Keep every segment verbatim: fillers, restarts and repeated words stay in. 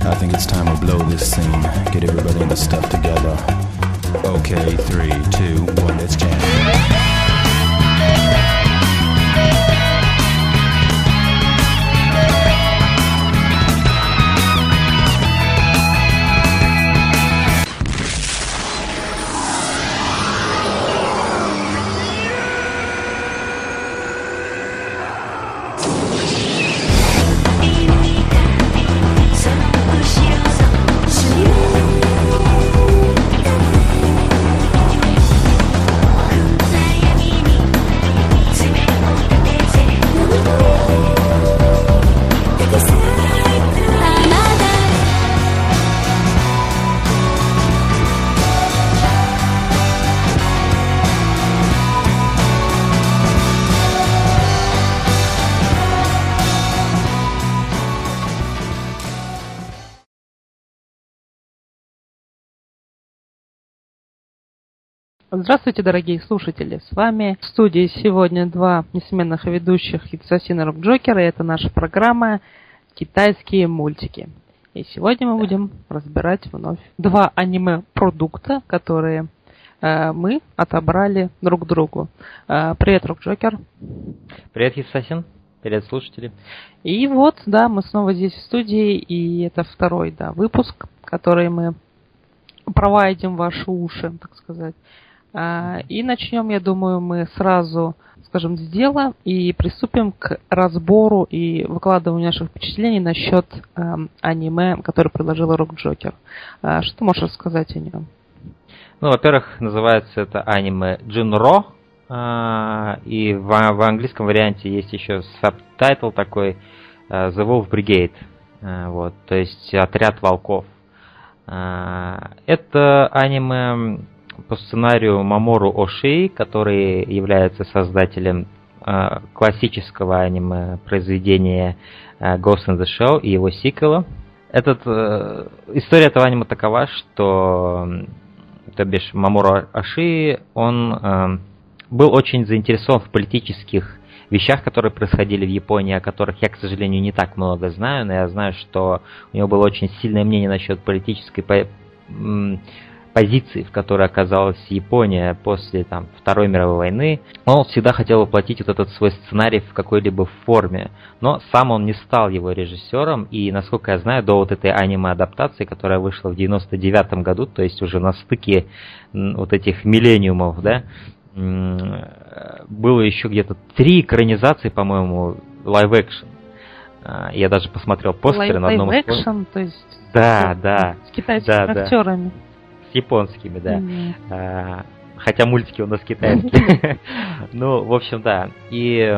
I think it's time we blow this scene. Get everybody in the stuff together. Okay, three, two, one, let's jam. Здравствуйте, дорогие слушатели! С вами в студии сегодня два несменных ведущих Ицусина Рок Джокера, и это наша программа «Китайские мультики». И сегодня мы будем разбирать вновь два аниме-продукта, которые э, мы отобрали друг другу. Э, привет, Рок Джокер! Привет, Ицусин! Привет, слушатели! И вот, да, мы снова здесь в студии, и это второй, да, выпуск, который мы проводим ваши уши, так сказать. И начнем, я думаю, мы сразу, скажем, с дела и приступим к разбору и выкладыванию наших впечатлений насчет э, аниме, которое предложила Рок Джокер. Э, что ты можешь рассказать о нем? Ну, во-первых, называется это аниме Джинро, э, и в, в английском варианте есть еще сабтайтл такой э, The Wolf Brigade, э, вот, то есть отряд волков. Э, это аниме по сценарию Мамору Ошии, который является создателем э, классического аниме произведения э, Ghost in the Shell и его сиквела. Этот, э, история этого аниме такова, что то бишь Мамору Ошии, он э, был очень заинтересован в политических вещах, которые происходили в Японии, о которых я, к сожалению, не так много знаю, но я знаю, что у него было очень сильное мнение насчет политической по- позиции, в которой оказалась Япония после там, Второй мировой войны. Он всегда хотел воплотить вот этот свой сценарий в какой-либо форме, но сам он не стал его режиссером, и, насколько я знаю, до вот этой аниме-адаптации, которая вышла в девяносто девятом году, то есть уже на стыке вот этих миллениумов, да, было еще где-то три экранизации, по-моему, лайв-экшн. Я даже посмотрел постеры на одном из... Лайв-экшн, то есть... Да, да. С китайскими да, актерами. Да. Японскими, да. Mm-hmm. А, хотя мультики у нас китайские. Ну, в общем, да. И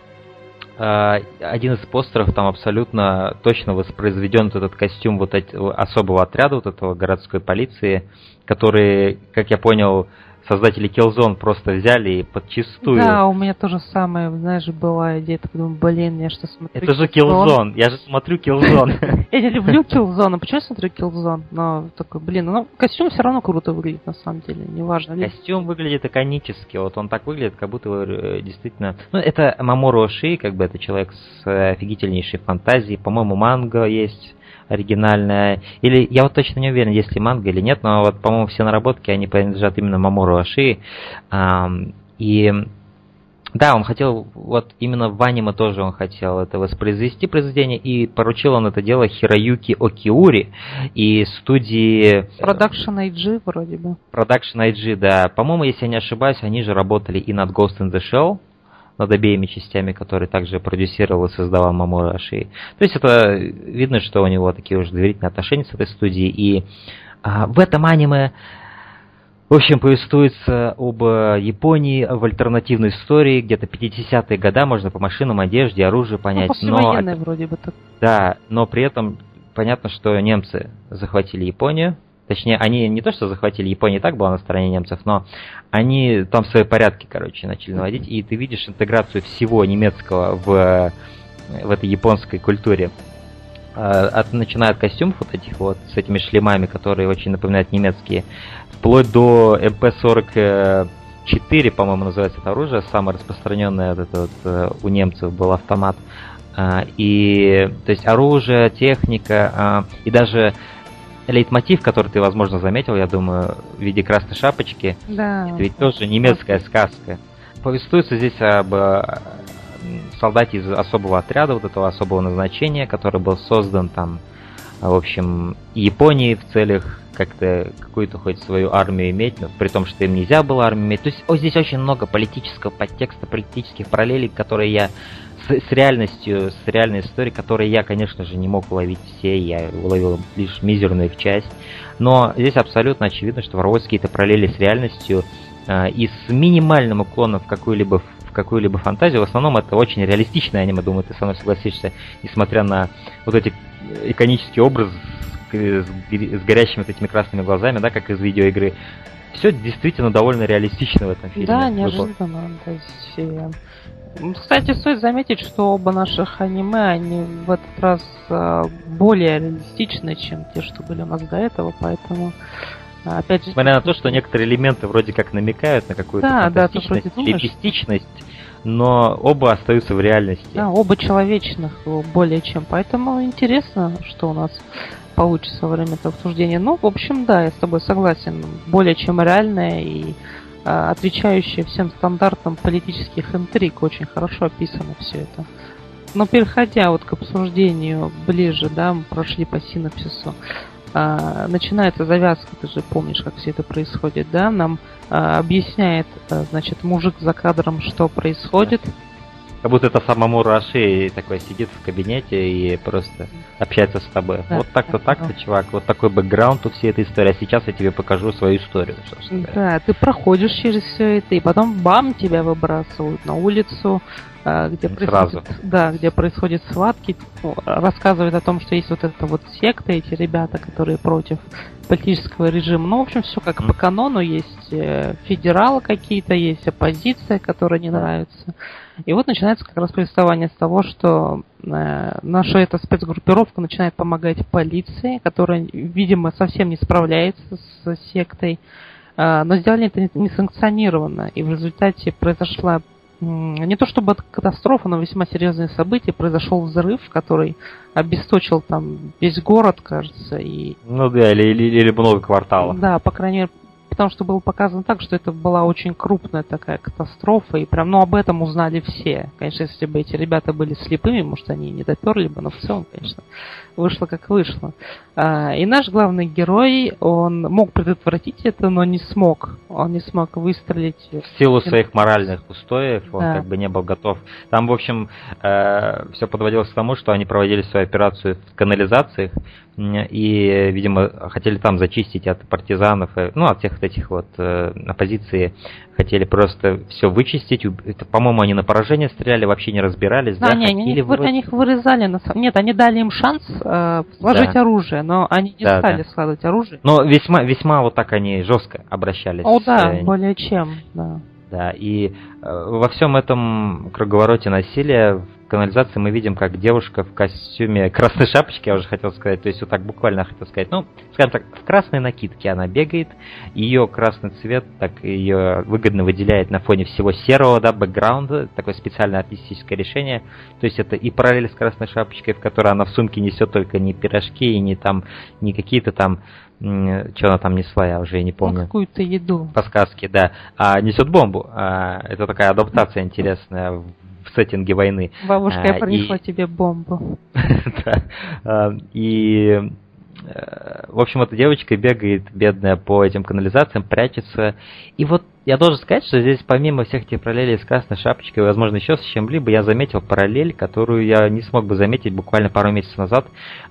а, один из постеров там абсолютно точно воспроизведен вот этот костюм вот этого особого отряда, вот этого городской полиции, который, как я понял, создатели Killzone просто взяли и подчистую. Да, у меня тоже самое, знаешь, была идея, так думаю, блин, я что смотрю Это же Killzone, я же смотрю Killzone. Я не люблю Killzone, а почему я смотрю Killzone? Но такой, блин, ну костюм все равно круто выглядит на самом деле, неважно. Костюм выглядит иконически, вот он так выглядит, как будто действительно... Ну, это Мамору Ошии, как бы это человек с офигительнейшей фантазией, по-моему, манга есть оригинальная, или я вот точно не уверен, есть ли манга или нет, но вот, по-моему, все наработки, они принадлежат именно Мамору Ошии, и да, он хотел, вот именно в аниме тоже он хотел это воспроизвести произведение, и поручил он это дело Хироюки Окиури и студии... Production ай джи вроде бы. Production ай джи, да. По-моему, если я не ошибаюсь, они же работали и над Ghost in the Shell, над обеими частями, которые также продюсировал и создавал Мамору Ошии. То есть это видно, что у него такие уже доверительные отношения с этой студией. И а, в этом аниме, в общем, повествуется об Японии в альтернативной истории, где-то пятидесятые годы, можно по машинам, одежде, оружию понять. Ну, послевоенная вроде бы так. Да, но при этом понятно, что немцы захватили Японию. Точнее, они не то, что захватили Японию, и так была на стороне немцев, но они там свои порядки, короче, начали наводить, и ты видишь интеграцию всего немецкого в, в этой японской культуре. От, начиная от костюмов вот этих вот, с этими шлемами, которые очень напоминают немецкие, вплоть до эм пэ сорок четыре, по-моему, называется это оружие, самое распространенное вот это вот, у немцев был автомат. И, то есть, оружие, техника и даже лейтмотив, который ты, возможно, заметил, я думаю, в виде красной шапочки, да, это ведь тоже немецкая сказка. Повествуется здесь об солдате из особого отряда, вот этого особого назначения, который был создан там, в общем, Японией в целях как-то какую-то хоть свою армию иметь, но при том, что им нельзя было армию иметь. То есть о, здесь очень много политического подтекста, политических параллелей, которые я с, с реальностью, с реальной историей, которые я, конечно же, не мог уловить все, я уловил лишь мизерную их часть. Но здесь абсолютно очевидно, что ворвались какие-то параллели с реальностью э, и с минимальным уклоном в какую-либо в какую-либо фантазию. В основном это очень реалистичное аниме, думаю, ты со мной согласишься, несмотря на вот эти иконические образы с, с горящими вот этими красными глазами, да, как из видеоигры. Все действительно довольно реалистично в этом фильме. Да, неожиданно. То есть, э... Кстати, стоит заметить, что оба наших аниме, они в этот раз э, более реалистичны, чем те, что были у нас до этого, поэтому опять же... Несмотря на то, что некоторые элементы вроде как намекают на какую-то да, фантастичность, да, реалистичность, но оба остаются в реальности. Да, оба человечных более чем. Поэтому интересно, что у нас получится во время этого обсуждения. Ну, в общем, да, я с тобой согласен. Более чем реальное и а, отвечающее всем стандартам политических интриг. Очень хорошо описано все это. Но переходя вот к обсуждению ближе, да, мы прошли по синопсису. А, начинается завязка, ты же помнишь, как все это происходит, да? Нам а, объясняет, а, значит, мужик за кадром, что происходит. Как будто это самому Раши такой сидит в кабинете и просто общается с тобой. Да, вот так-то, да, так-то, да. Чувак, вот такой бэкграунд у всей этой истории. А сейчас я тебе покажу свою историю. Да, ты проходишь через все это, и потом бам, тебя выбрасывают на улицу, где происходит, да, где происходят схватки, рассказывает о том, что есть вот эта вот секта, эти ребята, которые против политического режима. Ну, в общем, все как mm. по канону. Есть федералы какие-то, есть оппозиция, которая не нравится. И вот начинается как раз повествование с того, что э, наша эта спецгруппировка начинает помогать полиции, которая, видимо, совсем не справляется с сектой, э, но сделали это несанкционированно, и в результате произошла не то чтобы катастрофа, но весьма серьезные события. Произошел взрыв, который обесточил там весь город, кажется. И... Ну да, или, или, или много кварталов. Да, по крайней мере, потому что было показано так, что это была очень крупная такая катастрофа, и прям, ну, об этом узнали все. Конечно, если бы эти ребята были слепыми, может, они и не доперли бы, но в целом, конечно, вышло как вышло. И наш главный герой, он мог предотвратить это, но не смог. Он не смог выстрелить. В силу своих моральных устоев он да. как бы не был готов. Там, в общем, все подводилось к тому, что они проводили свою операцию в канализациях, и, видимо, хотели там зачистить от партизанов, ну, от всех вот этих вот э, оппозиции, хотели просто все вычистить. Это, по-моему, они на поражение стреляли, вообще не разбирались. Да, да? Не, они, их, вроде... они их вырезали. На... Нет, они дали им шанс э, сложить да. оружие, но они не да, стали да. складывать оружие. Но весьма, весьма вот так они жестко обращались. О, да, э, более чем, да. Да, и э, во всем этом круговороте насилия в канализации мы видим, как девушка в костюме красной шапочки, я уже хотел сказать, то есть вот так буквально хотел сказать, ну, скажем так, в красной накидке она бегает, ее красный цвет так ее выгодно выделяет на фоне всего серого, да, бэкграунда, такое специальное артистическое решение, то есть это и параллель с красной шапочкой, в которой она в сумке несет только не пирожки и не там, не какие-то там что она там несла, я уже не помню. Ну, какую-то еду. По сказке, да. А несет бомбу. А, это такая адаптация интересная в, в сеттинге войны. Бабушка, а, я принесла и... тебе бомбу. Да. И, в общем, эта девочка бегает, бедная, по этим канализациям, прячется. И вот я должен сказать, что здесь помимо всех этих параллелей с красной шапочкой, возможно, еще с чем-либо, я заметил параллель, которую я не смог бы заметить буквально пару месяцев назад.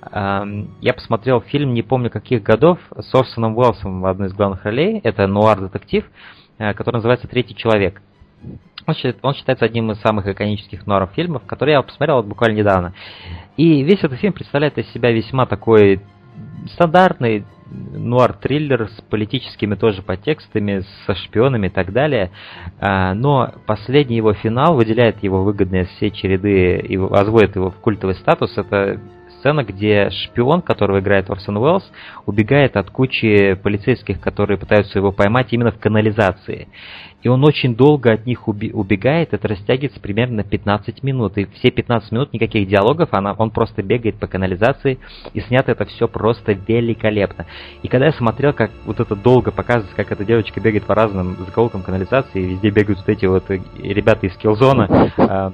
Я посмотрел фильм, не помню каких годов, с Орсоном Уэллсом в одной из главных ролей. Это нуар-детектив, который называется «Третий человек». Он считается одним из самых иконических нуаров фильмов, который я посмотрел вот буквально недавно. И весь этот фильм представляет из себя весьма такой стандартный нуар-триллер с политическими тоже подтекстами, со шпионами и так далее. Но последний его финал выделяет его выгодно из всей череды и возводит его в культовый статус. Это сцена, где шпион, которого играет Орсон Уэллс, убегает от кучи полицейских, которые пытаются его поймать именно в канализации. И он очень долго от них уби- убегает, это растягивается примерно на пятнадцать минут. И все пятнадцать минут никаких диалогов, она, он просто бегает по канализации, и снято это все просто великолепно. И когда я смотрел, как вот это долго показывается, как эта девочка бегает по разным закоулкам канализации, и везде бегают вот эти вот ребята из Killzone,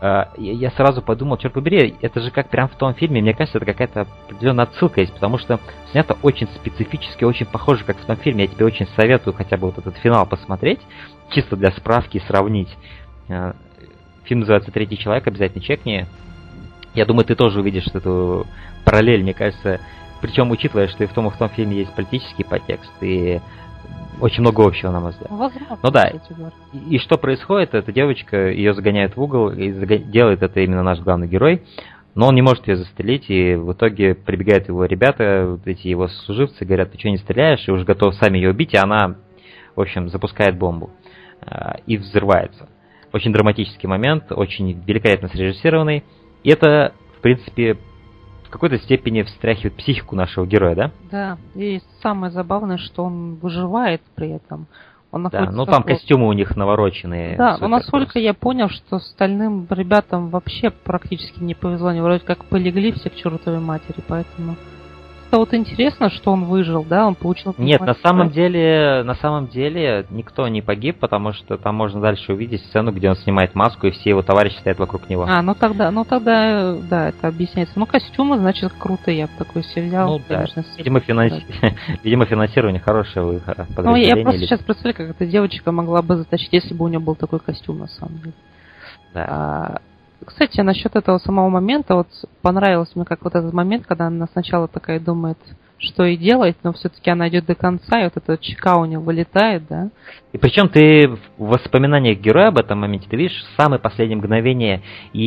я сразу подумал, черт побери, это же как прям в том фильме, мне кажется, это какая-то определенная отсылка есть, потому что снято очень специфически, очень похоже, как в том фильме. Я тебе очень советую хотя бы вот этот финал посмотреть, чисто для справки сравнить. Фильм называется «Третий человек», обязательно чекни. Я думаю, ты тоже увидишь эту параллель, мне кажется, причем учитывая, что и в том, и в том фильме есть политический подтекст, и очень много общего, на мой взгляд. Возможно, ну да, и, и что происходит, эта девочка, ее загоняют в угол, и делает это именно наш главный герой, но он не может ее застрелить, и в итоге прибегают его ребята, вот эти его служивцы, говорят, ты что не стреляешь, и уже готовы сами ее убить, и она, в общем, запускает бомбу э, и взрывается. Очень драматический момент, очень великолепно срежиссированный, и это, в принципе, в какой-то степени встряхивает психику нашего героя, да? Да, и самое забавное, что он выживает при этом. Он да, ну там в... костюмы у них навороченные. Да, но насколько я понял, что остальным ребятам вообще практически не повезло. Они вроде как полегли все к чертовой матери, поэтому... Это вот интересно, что он выжил, да, он получил... Нет, на самом деле, на самом деле никто не погиб, потому что там можно дальше увидеть сцену, где он снимает маску, и все его товарищи стоят вокруг него. А, ну тогда, ну тогда, да, это объясняется. Ну, костюмы, значит, круто, я бы такой себе взял. Ну, конечно, да. Видимо, финанси... Видимо, финансирование хорошее. Ну, я просто или... сейчас представляю, как эта девочка могла бы затащить, если бы у нее был такой костюм, на самом деле. Да. А... Кстати, насчет этого самого момента, вот понравилось мне, как вот этот момент, когда она сначала такая думает, что и делать, но все-таки она идет до конца, и вот эта чека у нее вылетает, да. И причем ты в воспоминаниях героя об этом моменте, ты видишь в самое последнее мгновение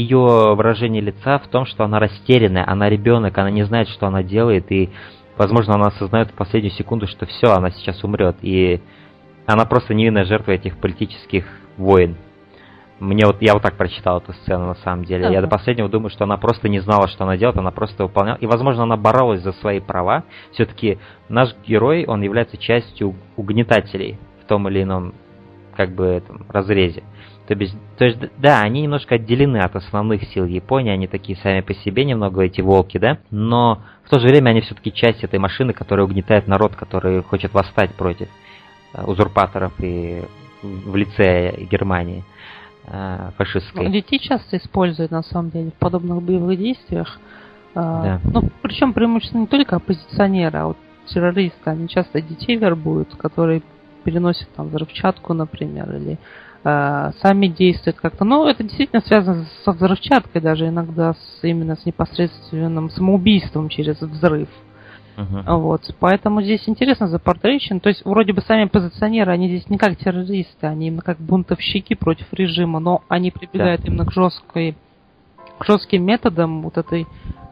ее выражение лица в том, что она растерянная, она ребенок, она не знает, что она делает, и, возможно, она осознает в последнюю секунду, что все, она сейчас умрет, и она просто невинная жертва этих политических войн. Мне вот, я вот так прочитал эту сцену на самом деле. Uh-huh. Я до последнего думаю, что она просто не знала, что она делает, она просто выполняла. И, возможно, она боролась за свои права. Все-таки наш герой, он является частью угнетателей в том или ином, как бы, этом, разрезе. То есть, то есть, да, они немножко отделены от основных сил Японии, они такие сами по себе немного, эти волки, да, но в то же время они все-таки часть этой машины, которая угнетает народ, который хочет восстать против узурпаторов и в лице Германии фашистской. Детей часто используют, на самом деле, в подобных боевых действиях. Да. Ну, причем преимущественно не только оппозиционеры, а вот террористы. Они часто детей вербуют, которые переносят там взрывчатку, например, или э, сами действуют как-то. Но это действительно связано со взрывчаткой, даже иногда с, именно с непосредственным самоубийством через взрыв. Uh-huh. Вот, поэтому здесь интересно запортречен. То есть, вроде бы сами позиционеры, они здесь не как террористы, они именно как бунтовщики против режима, но они прибегают yeah. именно к жесткой, к жестким методам вот этой,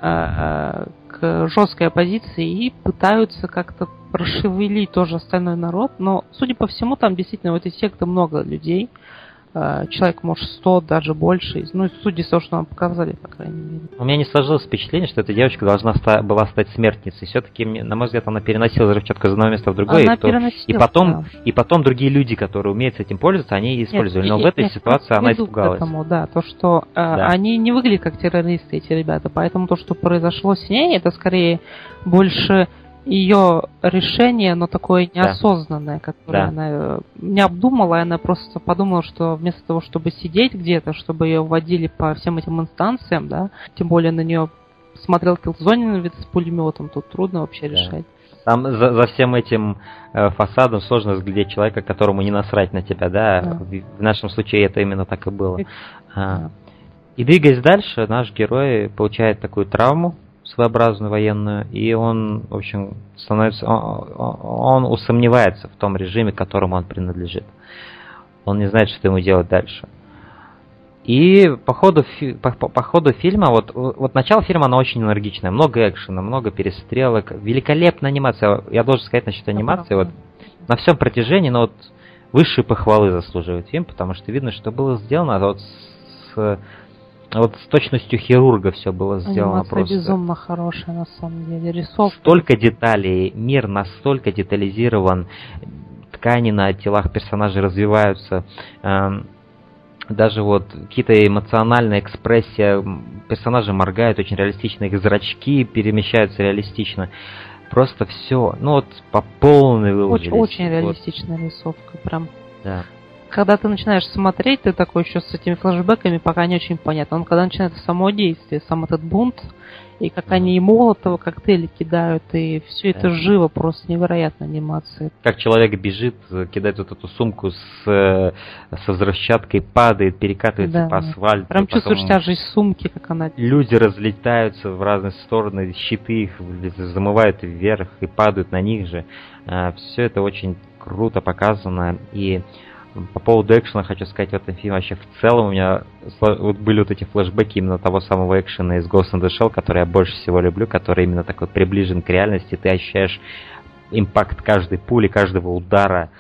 э, к жесткой оппозиции и пытаются как-то расшевелить тоже остальной народ. Но, судя по всему, там действительно в этой секте много людей. Человек, может, сто, даже больше. Ну, судя по тому, что нам показали, по крайней мере. У меня не сложилось впечатление, что эта девочка должна ста- была стать смертницей. Все-таки, на мой взгляд, она переносила взрывчатку из одного места в другое. Она и, то, и, потом, да. и потом другие люди, которые умеют с этим пользоваться, они ее использовали. Нет, Но нет, в этой нет, ситуации она испугалась. К этому, да, то, что э, да. они не выглядят как террористы, эти ребята. Поэтому то, что произошло с ней, это скорее больше... ее решение, но такое неосознанное, да. которое да. она не обдумала, и она просто подумала, что вместо того, чтобы сидеть где-то, чтобы ее вводили по всем этим инстанциям, да, тем более на нее смотрел Killzone вид с пулеметом, тут трудно вообще да. решать. Там за, за всем этим э, фасадом сложно разглядеть человека, которому не насрать на тебя, да? да. В, в нашем случае это именно так и было. А. Да. И двигаясь дальше, наш герой получает такую травму, своеобразную военную, и он, в общем, становится, он, он усомневается в том режиме, которому он принадлежит. Он не знает, что ему делать дальше. И по ходу, по, по ходу фильма, вот, вот начало фильма, оно очень энергичное, много экшена, много перестрелок, великолепная анимация. Я должен сказать насчет анимации, вот на всем протяжении, но вот высшие похвалы заслуживает фильм, потому что видно, что было сделано вот с вот с точностью хирурга все было сделано. Анимация просто. Безумно хорошая, на самом деле. Рисовка. Столько деталей, мир настолько детализирован, ткани на телах персонажей развиваются. Эм, даже вот какие-то эмоциональные экспрессии, персонажи моргают очень реалистично, их зрачки перемещаются реалистично. Просто все, ну вот по полной выложились. Очень, очень вот. реалистичная рисовка, прям. Да. Когда ты начинаешь смотреть, ты такой еще с этими флешбэками, пока не очень понятно. Но когда начинается само действие, сам этот бунт, и как mm-hmm. они и Молотова коктейли кидают, и все это yeah. живо, просто невероятная анимация. Как человек бежит, кидает вот эту сумку с, со взрывчаткой, падает, перекатывается да, по асфальту. Прям чувствуешь тяжесть сумки, как она... Люди разлетаются в разные стороны, щиты их замывают вверх и падают на них же. Все это очень круто показано, и... По поводу экшена хочу сказать, в этом фильме вообще в целом у меня вот были вот эти флешбеки именно того самого экшена из Ghost in the Shell, который я больше всего люблю, который именно такой приближен к реальности, ты ощущаешь импакт каждой пули, каждого удара.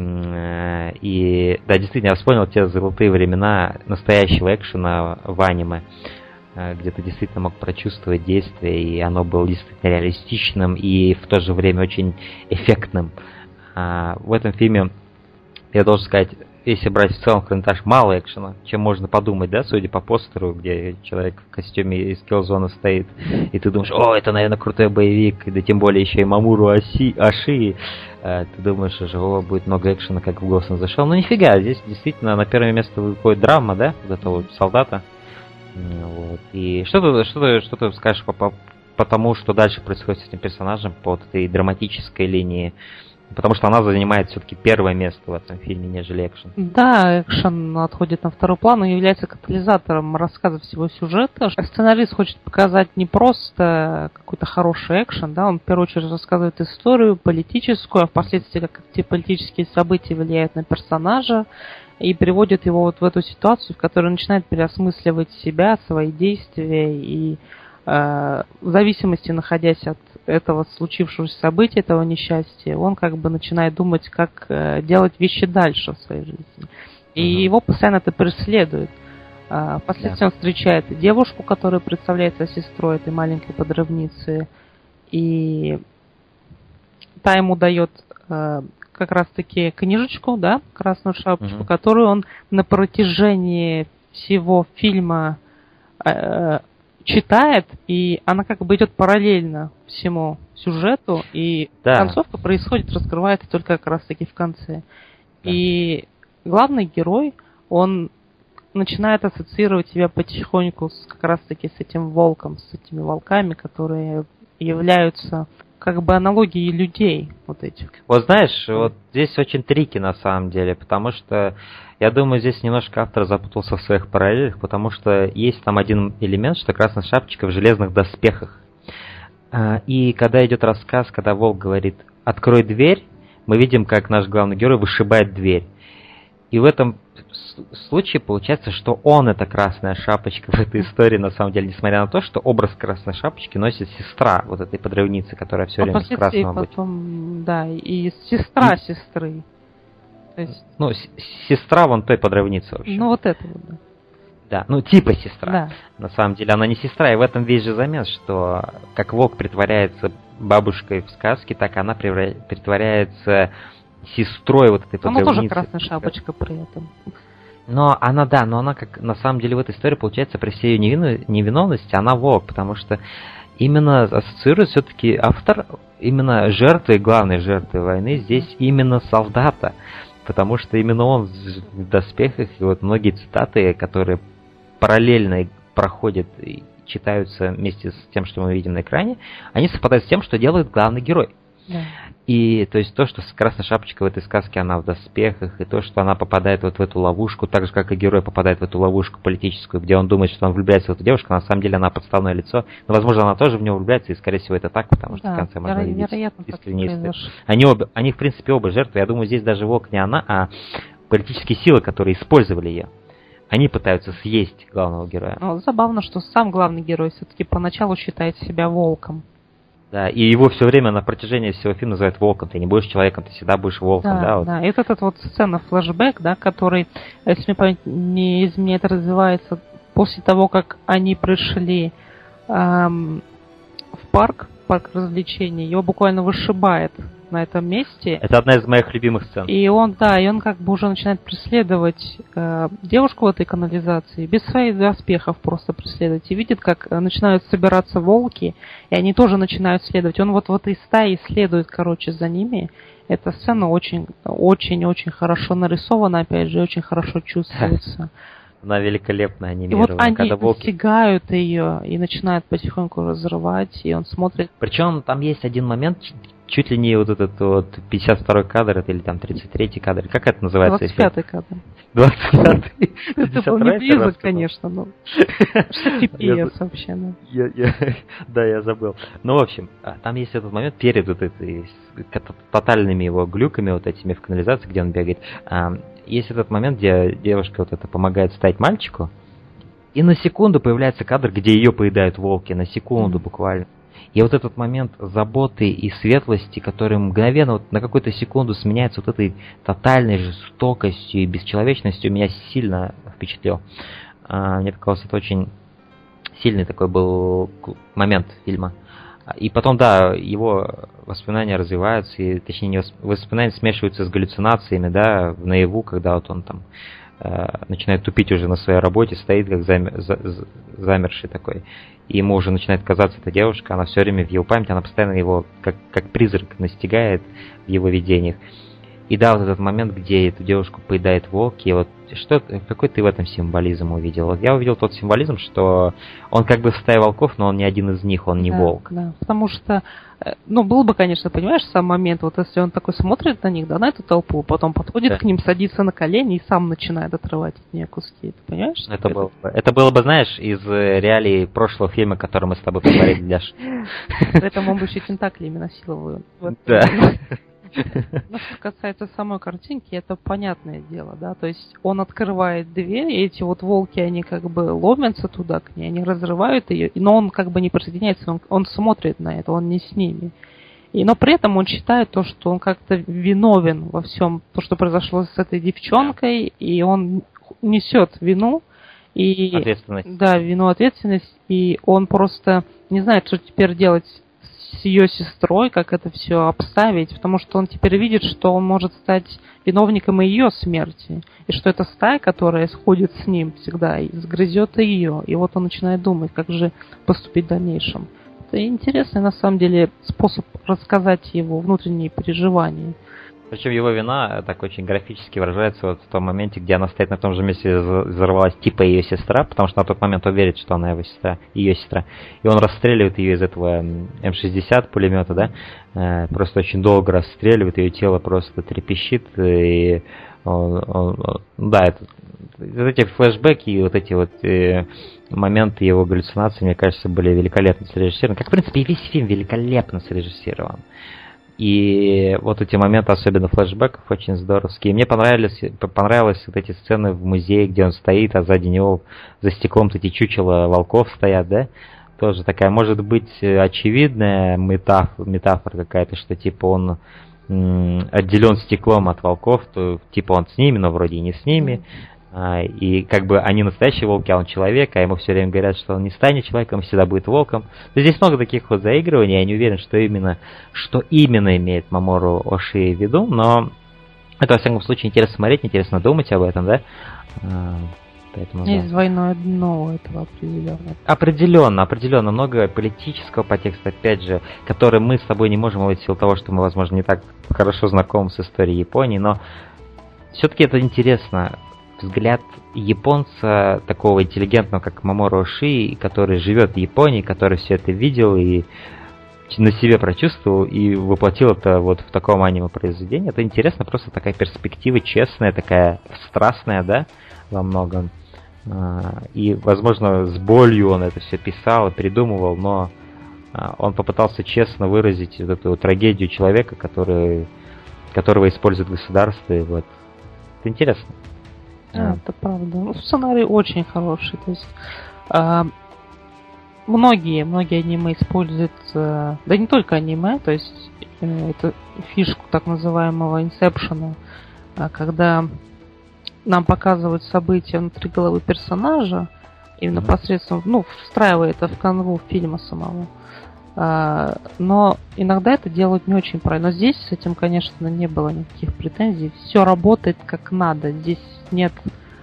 И да, действительно, я вспомнил те золотые времена настоящего экшена в аниме, где ты действительно мог прочувствовать действие, и оно было действительно реалистичным и в то же время очень эффектным. В этом фильме я должен сказать, если брать в целом хронометраж, мало экшена, чем можно подумать, да, судя по постеру, где человек в костюме из Killzone стоит, и ты думаешь, о, это, наверное, крутой боевик, да тем более еще и Мамуру Оси, Аши, ты думаешь, что о, будет много экшена, как в Ghost in the Shell, ну нифига, здесь действительно на первое место выходит драма, да, вот этого вот солдата, вот, и что ты, что ты, что ты скажешь по, по, по тому, что дальше происходит с этим персонажем, по вот этой драматической линии? Потому что она занимает все-таки первое место в этом фильме, нежели экшен. Да, экшен отходит на второй план и является катализатором рассказа всего сюжета. Сценарист хочет показать не просто какой-то хороший экшен, да, он в первую очередь рассказывает историю политическую, а впоследствии как эти политические события влияют на персонажа и приводит его вот в эту ситуацию, в которой он начинает переосмысливать себя, свои действия и в зависимости, находясь от этого случившегося события, этого несчастья, он как бы начинает думать, как делать вещи дальше в своей жизни. И uh-huh. его постоянно это преследует. Впоследствии yeah. он встречает девушку, которая представляется сестрой этой маленькой подрывницы, и та ему дает как раз-таки книжечку, да, красную шапочку, uh-huh. которую он на протяжении всего фильма читает, и она как бы идет параллельно всему сюжету, и да. концовка происходит, раскрывается только как раз таки в конце. Да. И главный герой, он начинает ассоциировать себя потихоньку с, как раз таки с этим волком, с этими волками, которые являются как бы аналогией людей вот этих. Вот знаешь, вот здесь очень трики на самом деле, потому что я думаю, здесь немножко автор запутался в своих параллелях, потому что есть там один элемент, что Красная Шапочка в железных доспехах. И когда идет рассказ, когда волк говорит «открой дверь», мы видим, как наш главный герой вышибает дверь. И в этом случае получается, что он это Красная Шапочка в этой истории, на самом деле, несмотря на то, что образ Красной Шапочки носит сестра вот этой подрывницы, которая все а время с красным потом, да, и сестра и... сестры. То есть... Ну, с- сестра вон той подрывницы вообще. Ну, вот это вот, да. Да, ну типа сестра. Да. На самом деле она не сестра, и в этом весь же замес, что как волк притворяется бабушкой в сказке, так она превра... притворяется сестрой вот этой подрывницы. Она тоже Красная Шапочка при этом. Но она, да, но она как на самом деле в этой истории, получается, при всей ее невин... невиновности, она волк, потому что именно ассоциирует все-таки автор именно жертвой, главной жертвой войны здесь именно солдата. Потому что именно он в доспехах, и вот многие цитаты, которые параллельно проходят и читаются вместе с тем, что мы видим на экране, они совпадают с тем, что делает главный герой. Да. И то есть то, что Красная Шапочка в этой сказке, она в доспехах, и то, что она попадает вот в эту ловушку, так же, как и герой попадает в эту ловушку политическую, где он думает, что он влюбляется в эту девушку, на самом деле она подставное лицо, но, возможно, она тоже в него влюбляется, и, скорее всего, это так, потому что да, в конце можно веро- видеть искренние. Они оба, они, в принципе, оба жертвы. Я думаю, здесь даже волк не она, а политические силы, которые использовали ее. Они пытаются съесть главного героя. Ну, забавно, что сам главный герой все-таки поначалу считает себя волком. Да, и его все время на протяжении всего фильма называют волком. Ты не будешь человеком, ты всегда будешь волком, да? Да, вот. да. И вот эта вот сцена флешбэк, да, который, если мне память не изменяет, развивается после того, как они пришли эм, в парк, парк развлечений, его буквально вышибает на этом месте. Это одна из моих любимых сцен. И он, да, и он как бы уже начинает преследовать э, девушку в этой канализации, без своих доспехов просто преследовать. И видит, как э, начинают собираться волки, и они тоже начинают следовать. Он вот в этой стае следует, короче, за ними. Эта сцена очень, очень-очень хорошо нарисована, опять же, очень хорошо чувствуется. Она великолепно анимирована. И вот они когда волки... настигают ее и начинают потихоньку разрывать, и он смотрит. Причем там есть один момент, чуть ли не вот этот вот пятьдесят второй кадр, или там тридцать третий кадр. Как это называется? двадцать пятый кадр. двадцать пятый. Это был не близок, конечно, но что пи пи эс вообще, да. Да, я забыл. Ну, в общем, там есть этот момент перед вот этой тотальными его глюками, вот этими в канализации, где он бегает. Есть этот момент, где девушка вот это помогает встать мальчику, и на секунду появляется кадр, где ее поедают волки, на секунду буквально. И вот этот момент заботы и светлости, который мгновенно, вот на какую-то секунду сменяется вот этой тотальной жестокостью и бесчеловечностью, меня сильно впечатлил. А, мне показалось, это очень сильный такой был момент фильма. И потом, да, его воспоминания развиваются, и, точнее, воспоминания смешиваются с галлюцинациями, да, наяву, когда вот он там э, начинает тупить уже на своей работе, стоит как замер, за, замерший такой. И ему уже начинает казаться эта девушка, она все время в его памяти, она постоянно его как, как призрак настигает в его видениях. И да, вот этот момент, где эту девушку поедает волки, вот что, какой ты в этом символизм увидел? Вот я увидел тот символизм, что он как бы в стае волков, но он не один из них, он не да, волк. Да, потому что, ну, был бы, конечно, понимаешь, сам момент, вот если он такой смотрит на них, да, на эту толпу, потом подходит да. к ним, садится на колени и сам начинает отрывать от нее куски, ты понимаешь? Это было, бы, это было бы, знаешь, из реалий прошлого фильма, который мы с тобой посмотрели, Ляш. Поэтому он бы еще тентаклями насиловал. Да. Ну, что касается самой картинки, это понятное дело, да, то есть он открывает дверь, и эти вот волки, они как бы ломятся туда к ней, они разрывают ее, но он как бы не присоединяется, он, он смотрит на это, он не с ними. И, но при этом он считает то, что он как-то виновен во всем, то, что произошло с этой девчонкой, и он несет вину, и, ответственность. Да, вину, ответственность, и он просто не знает, что теперь делать с ее сестрой, как это все обставить, потому что он теперь видит, что он может стать виновником ее смерти, и что это стая, которая сходит с ним всегда и сгрызет ее, и вот он начинает думать, как же поступить в дальнейшем. Это интересный, на самом деле, способ рассказать его внутренние переживания. Причем его вина так очень графически выражается вот в том моменте, где она стоит на том же месте, где взорвалась типа ее сестра, потому что на тот момент он верит, что она его сестра, ее сестра. И он расстреливает ее из этого эм шестьдесят пулемета, да, э, просто очень долго расстреливает, ее тело просто трепещит, и он, он, он, да, это, вот эти флешбеки и вот эти вот э, моменты его галлюцинаций, мне кажется, были великолепно срежиссированы. Как, в принципе, и весь фильм великолепно срежиссирован. И вот эти моменты, особенно флешбеков, очень здоровские. Мне понравились, понравились вот эти сцены в музее, где он стоит, а сзади него за стеклом эти чучела волков стоят, да? Тоже такая, может быть, очевидная метафора, метафора какая-то, что типа он м- отделен стеклом от волков, то типа он с ними, но вроде и не с ними. И как бы они настоящие волки, а он человек, а ему все время говорят, что он не станет человеком, всегда будет волком. Но здесь много таких вот заигрываний, я не уверен, что именно, что именно имеет Мамору Ошии в виду, но это, во всяком случае, интересно смотреть, интересно думать об этом, да? Поэтому, есть да. двойное дно у этого определенно. Определенно, определенно. Много политического подтекста, опять же, который мы с тобой не можем уловить в силу того, что мы, возможно, не так хорошо знакомы с историей Японии, но все-таки это интересно. Взгляд японца, такого интеллигентного, как Мамору Ошии, который живет в Японии, который все это видел и на себе прочувствовал и воплотил это вот в таком аниме-произведении. Это интересно, просто такая перспектива честная, такая страстная, да, во многом. И, возможно, с болью он это все писал и придумывал, но он попытался честно выразить вот эту трагедию человека, который, которого использует государство. И вот. Это интересно. А, это правда. Ну, сценарий очень хороший. То есть э, многие, многие аниме используют, э, да не только аниме, то есть э, это фишку так называемого инсепшена, э, когда нам показывают события внутри головы персонажа, именно Mm-hmm. посредством, ну, встраивая это в канву фильма самого. А, но иногда это делают не очень правильно. Но здесь с этим, конечно, не было никаких претензий. Все работает как надо. Здесь нет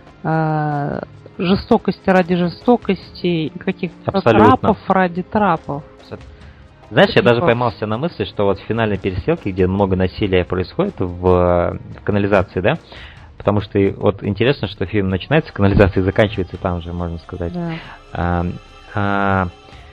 а, жестокости ради жестокости, каких-то Абсолютно. трапов ради трапов. Знаешь, я Типа- даже поймался на мысли, что вот в финальной перестрелке, где много насилия происходит в, в канализации, да, потому что и вот интересно, что фильм начинается в канализации и заканчивается там же, можно сказать. Да. А, а,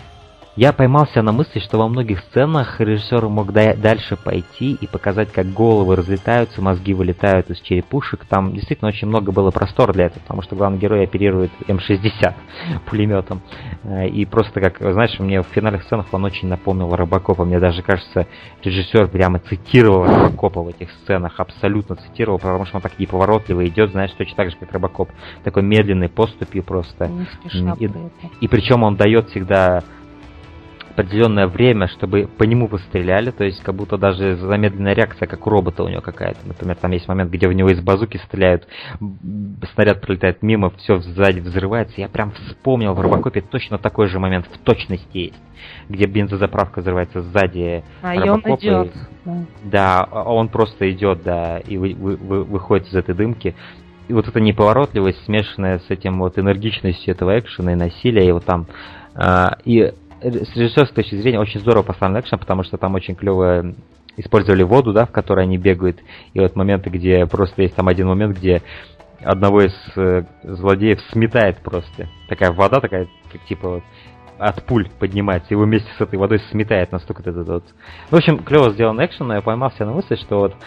я поймался на мысли, что во многих сценах режиссер мог да- дальше пойти и показать, как головы разлетаются, мозги вылетают из черепушек. Там действительно очень много было простора для этого, потому что главный герой оперирует эм шестьдесят пулеметом. И просто, как, знаешь, мне в финальных сценах он очень напомнил Робокопа. Мне даже кажется, режиссер прямо цитировал Робокопа в этих сценах, абсолютно цитировал, потому что он так неповоротливо идет, знаешь, точно так же, как Робокоп. Такой медленной поступью просто. Не спеша И, при этом. и причем он дает всегда определенное время, чтобы по нему постреляли, то есть как будто даже замедленная реакция, как у робота у него какая-то. Например, там есть момент, где в него из базуки стреляют, снаряд пролетает мимо, все сзади взрывается. Я прям вспомнил, в Робокопе точно такой же момент в точности есть, где бензозаправка взрывается сзади А и он Робокопа. идет. И, да, он просто идет, да, и вы, вы, вы, выходит из этой дымки. И вот эта неповоротливость, смешанная с этим вот энергичностью этого экшена и насилия, и вот там... А, и с режиссерской точки зрения очень здорово поставлен экшен, потому что там очень клево использовали воду, да, в которой они бегают. И вот моменты, где просто есть там один момент, где одного из э, злодеев сметает просто. Такая вода, такая, как типа вот, от пуль поднимается, его вместе с этой водой сметает настолько этот вот. В общем, клево сделан экшен, но я поймался на мысли, что вот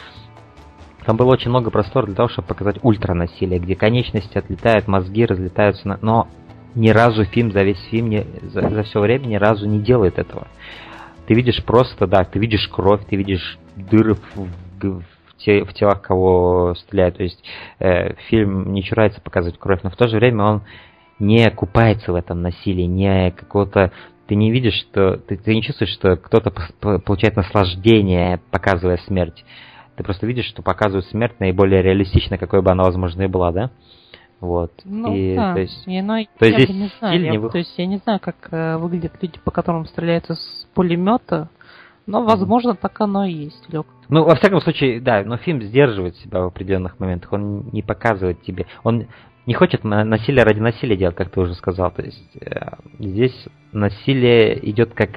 там было очень много простора для того, чтобы показать ультранасилие, где конечности отлетают, мозги разлетаются, на... но ни разу фильм за весь фильм, не, за, за все время ни разу не делает этого. Ты видишь просто, да, ты видишь кровь, ты видишь дыры в, в, в, те, в телах, кого стреляют. То есть э, фильм не чурается показывать кровь, но в то же время он не купается в этом насилии, не какого-то... Ты не видишь, что... Ты, ты не чувствуешь, что кто-то получает наслаждение, показывая смерть. Ты просто видишь, что показывают смерть наиболее реалистично, какой бы она, возможно, и была, да? Вот. Ну и, да, то есть, я, но то я здесь бы не знаю, я, не то есть я не знаю, как э, выглядят люди, по которым стреляются с пулемета, но, возможно, mm-hmm. так оно и есть. Лёг. Ну, во всяком случае, да, но фильм сдерживает себя в определенных моментах, он не показывает тебе, он не хочет насилие ради насилия делать, как ты уже сказал, то есть э, здесь насилие идет как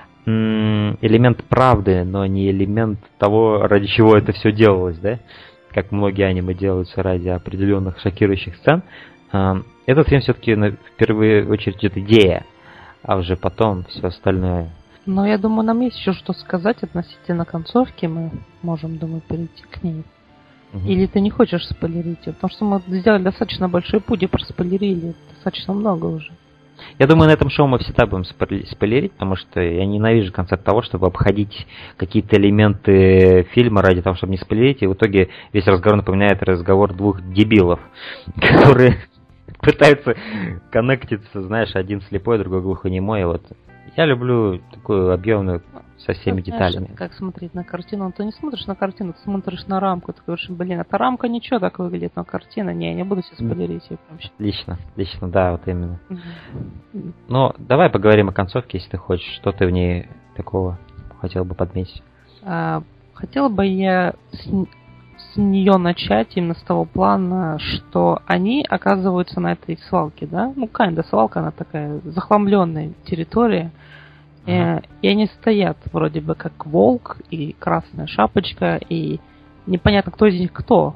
м- элемент правды, но не элемент того, ради чего это все делалось, да? Как многие аниме делаются ради определенных шокирующих сцен. Этот фильм все-таки в первую очередь идет идея, а уже потом все остальное. Но я думаю, нам есть еще что сказать относительно концовки. Мы можем, думаю, перейти к ней. Угу. Или ты не хочешь спойлерить? Потому что мы сделали достаточно большой путь и проспойлерили достаточно много уже. Я думаю, на этом шоу мы всегда будем спойлерить, потому что я ненавижу концепт того, чтобы обходить какие-то элементы фильма ради того, чтобы не спойлерить, и в итоге весь разговор напоминает разговор двух дебилов, которые пытаются коннектиться, знаешь, один слепой, другой глухонемой. Вот. Я люблю такую объемную со всеми ты деталями. Знаешь, как смотреть на картину? Ты не смотришь на картину, ты смотришь на рамку. Ты говоришь, блин, эта рамка ничего так выглядит, но картина, не, я не буду себе спойлерить. Я прям... Лично, лично, да, вот именно. Mm-hmm. Ну, давай поговорим о концовке, если ты хочешь. Что ты в ней такого хотел бы подметить? А, хотела бы я с, с нее начать именно с того плана, что они оказываются на этой свалке, да? Ну, kinda свалка, она такая захламленная территория. Uh-huh. И они стоят вроде бы как волк и красная шапочка, и непонятно, кто из них кто.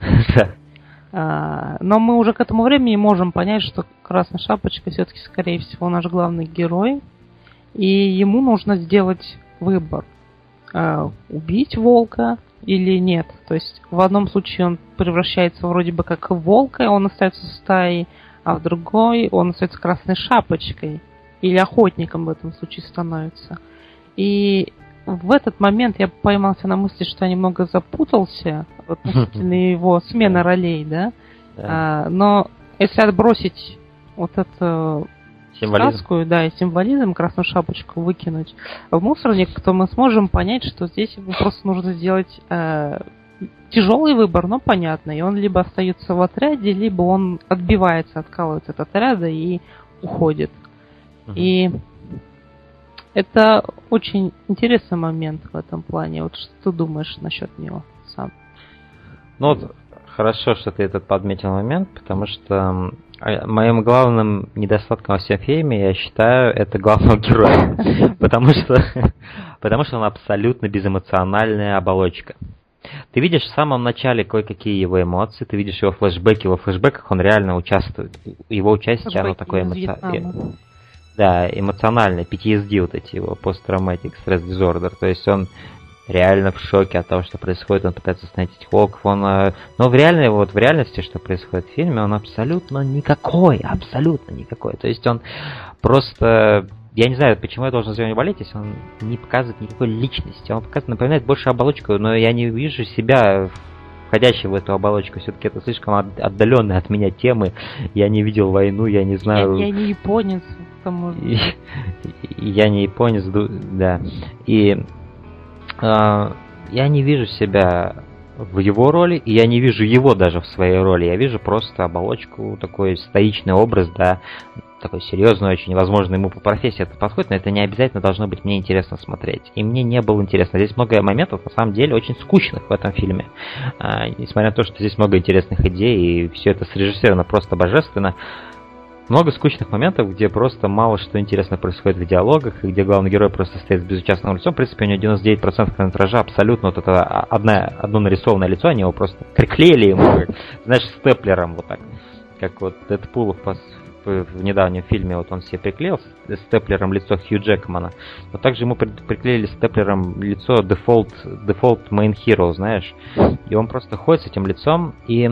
Но мы уже к этому времени можем понять, что красная шапочка все-таки, скорее всего, наш главный герой. И ему нужно сделать выбор. Убить волка или нет. То есть в одном случае он превращается вроде бы как в волка, он остается в стае, а в другой он остается красной шапочкой. Или охотником в этом случае становится. И в этот момент я поймался на мысли, что я немного запутался относительно его смены ролей, да? А, но если отбросить вот эту сказку, да, и символизм, красную шапочку выкинуть в мусорник, то мы сможем понять, что здесь ему просто нужно сделать э, тяжелый выбор, но понятный. И он либо остается в отряде, либо он отбивается, откалывается от отряда и уходит. Угу. И это очень интересный момент в этом плане. Вот что ты думаешь насчет него сам? Ну вот, хорошо, что ты этот подметил момент, потому что моим главным недостатком во всем фильме, я считаю, это главного героя. Потому что, потому что он абсолютно безэмоциональная оболочка. Ты видишь в самом начале кое-какие его эмоции, ты видишь его флешбеки, во флешбеках он реально участвует. Его участие, оно такое эмоциональное. Да, эмоциональное, пи ти эс ди вот эти его, Post-Traumatic Stress Disorder. То есть он реально в шоке от того, что происходит, он пытается остановить этих волков, он... Но в, реальной, вот, в реальности, что происходит в фильме, он абсолютно никакой, абсолютно никакой. То есть он просто... Я не знаю, почему я должен за него болеть, если он не показывает никакой личности. Он показывает, напоминает больше оболочку, но я не вижу себя входящей в эту оболочку. Все-таки это слишком отдаленные от меня темы. Я не видел войну, я не знаю... Я, я не японец, потому что... Я не японец, да. И э, я не вижу себя в его роли, и я не вижу его даже в своей роли. Я вижу просто оболочку, такой стоичный образ, да, такой серьезный очень, возможно, ему по профессии это подходит, но это не обязательно должно быть мне интересно смотреть. И мне не было интересно. Здесь много моментов, на самом деле, очень скучных в этом фильме. А, несмотря на то, что здесь много интересных идей, и все это срежиссировано просто божественно, много скучных моментов, где просто мало что интересно происходит в диалогах, и где главный герой просто стоит с безучастным лицом. В принципе, у него девяносто девять процентов хронометража абсолютно вот это одна, одно нарисованное лицо, они его просто приклеили ему, знаешь, степлером вот так. Как вот Дэдпул в, в недавнем фильме, вот он себе приклеил степлером лицо Хью Джекмана. Вот также ему при, приклеили степлером лицо Default, Default Main Hero, знаешь. И он просто ходит с этим лицом, и...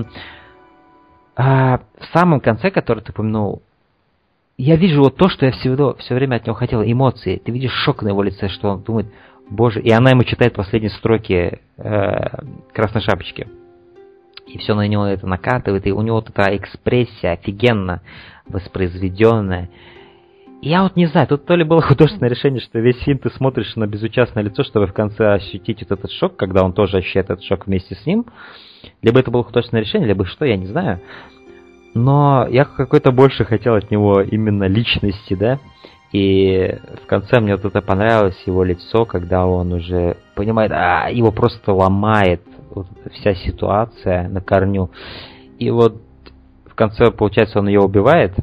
А, в самом конце, который ты упомянул, я вижу вот то, что я все, все время от него хотел, эмоции. Ты видишь шок на его лице, что он думает, боже, и она ему читает последние строки э, Красной Шапочки. И все на него это накатывает, и у него вот эта экспрессия офигенно воспроизведенная. И я вот не знаю, тут то ли было художественное решение, что весь фильм ты смотришь на безучастное лицо, чтобы в конце ощутить вот этот шок, когда он тоже ощущает этот шок вместе с ним. Либо это было художественное решение, либо что, я не знаю. Но я какой-то больше хотел от него именно личности, да. И в конце мне вот это понравилось, его лицо, когда он уже понимает, а, его просто ломает вот вся ситуация на корню. И вот в конце, получается, он ее убивает.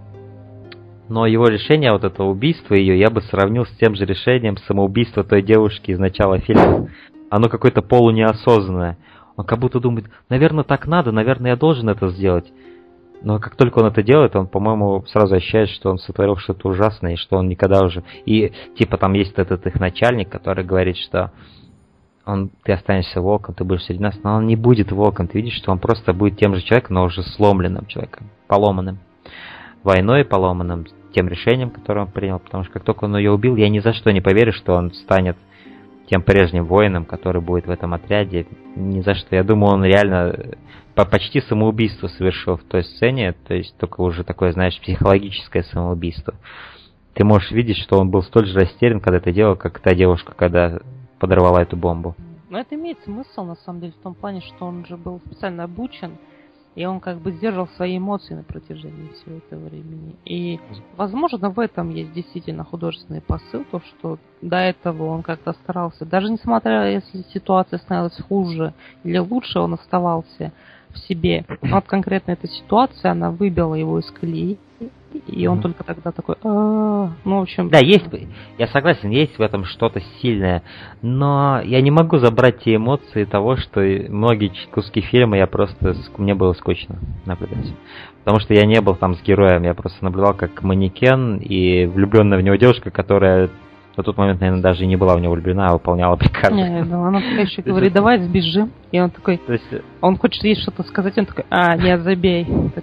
Но его решение, вот это убийство ее, я бы сравнил с тем же решением самоубийства той девушки из начала фильма. Оно какое-то полунеосознанное. Он как будто думает, наверное, так надо, наверное, я должен это сделать. Но как только он это делает, он, по-моему, сразу ощущает, что он сотворил что-то ужасное, и что он никогда уже... И, типа, там есть этот их начальник, который говорит, что он, ты останешься волком, ты будешь среди нас, но он не будет волком. Ты видишь, что он просто будет тем же человеком, но уже сломленным человеком, поломанным. Войной поломанным, тем решением, которое он принял. Потому что как только он ее убил, я ни за что не поверю, что он станет тем прежним воином, который будет в этом отряде. Ни за что. Я думаю, он реально почти самоубийство совершил в той сцене, то есть только уже такое, знаешь, психологическое самоубийство. Ты можешь видеть, что он был столь же растерян, когда это делал, как та девушка, когда подорвала эту бомбу. Но это имеет смысл, на самом деле, в том плане, что он же был специально обучен, и он как бы сдерживал свои эмоции на протяжении всего этого времени. И, возможно, в этом есть действительно художественный посыл, то, что до этого он как-то старался, даже несмотря, если ситуация становилась хуже или лучше, он оставался в себе. Но вот конкретно эта ситуация, она выбила его из колеи, и он mm-hmm. только тогда такой, а-а-а. Ну, в общем... Да, есть, я согласен, есть в этом что-то сильное, но я не могу забрать те эмоции того, что многие куски фильма я просто, мне было скучно наблюдать. Потому что я не был там с героем, я просто наблюдал как манекен и влюбленная в него девушка, которая на тот момент, наверное, даже и не была в него влюблена, а выполняла приказы. Не, да, она такая еще говорит, давай сбежим. И он такой, то есть... он хочет ей что-то сказать, он такой, а, нет, забей.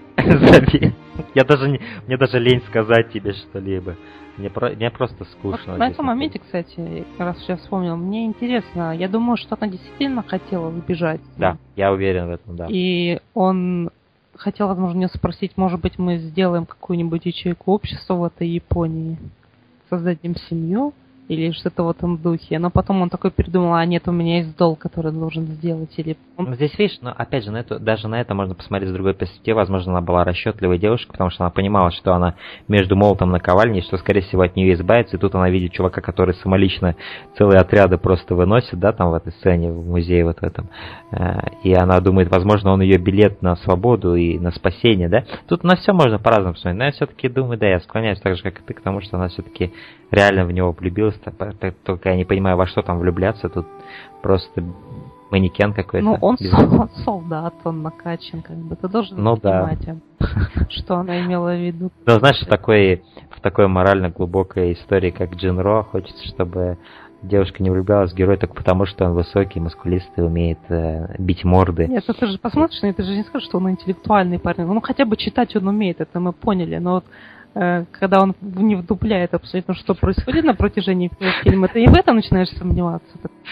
Забей. Я даже не, мне даже лень сказать тебе что-либо. Мне, про, мне просто скучно. Вот на этом моменте, кстати, раз я вспомнил, мне интересно, я думаю, что она действительно хотела сбежать. Да, я уверен в этом, да. И он хотел, возможно, меня спросить, может быть, мы сделаем какую-нибудь ячейку общества в этой Японии, создадим семью, или что-то в этом духе. Но потом он такой придумал, а нет, у меня есть долг, который он должен сделать. Или... Ну, здесь, видишь, но опять же, на эту, даже на это можно посмотреть с другой перспективы. Возможно, она была расчетливой девушкой, потому что она понимала, что она между молотом и наковальней, что, скорее всего, от нее избавится. И тут она видит чувака, который самолично целые отряды просто выносит, да, там в этой сцене, в музее вот в этом. И она думает, возможно, он ее билет на свободу и на спасение, да. Тут на все можно по-разному посмотреть. Но я все-таки думаю, да, я склоняюсь так же, как и ты, к тому, что она все-таки реально в него влюбилась. Только я не понимаю, во что там влюбляться. Тут просто манекен какой-то. Ну, он без... солдат, он накачан, как бы. Ты должен ну, понимать, да. что она имела в виду. Ну, знаешь, в такой, в такой морально глубокой истории, как Джинро, хочется, чтобы девушка не влюблялась в героя только потому, что он высокий, мускулистый, умеет э, бить морды. Нет, ты же посмотришь, и ты же не скажешь, что он интеллектуальный парень. Ну, хотя бы читать он умеет, это мы поняли. Но вот когда он не вдупляет абсолютно, что происходит на протяжении фильма, ты и в этом начинаешь сомневаться.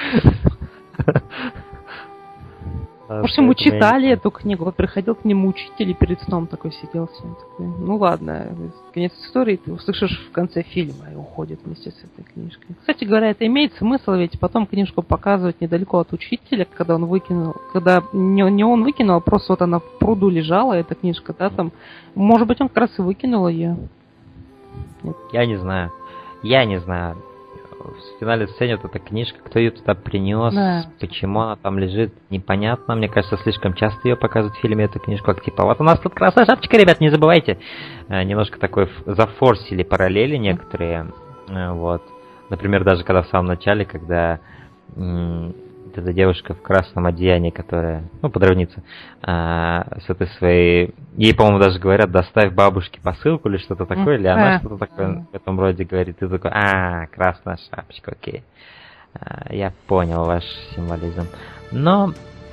В общем, мы читали эту книгу. Вот приходил к нему учитель и перед сном такой сидел. Такой, ну ладно, конец истории ты услышишь в конце фильма и уходит вместе с этой книжкой. Кстати говоря, это имеет смысл, ведь потом книжку показывать недалеко от учителя, когда он выкинул, когда не, не он выкинул, а просто вот она в пруду лежала, эта книжка, да, там. Может быть, он как раз и выкинул ее. Нет. Я не знаю. Я не знаю. В финале сцены вот эта книжка, кто ее туда принес, да. Почему она там лежит, непонятно. Мне кажется, слишком часто ее показывают в фильме, эту книжку, как типа, вот у нас тут красная шапочка, ребят, не забывайте. Немножко такой зафорсили параллели некоторые. Вот. Например, даже когда в самом начале, когда м- эта девушка в красном одеянии, которая, ну, подрывница, а, с этой своей... Ей, по-моему, даже говорят, доставь бабушке посылку или что-то такое, или она что-то такое в этом роде говорит. И ты такой, а, красная шапочка, окей. А, я понял ваш символизм. Но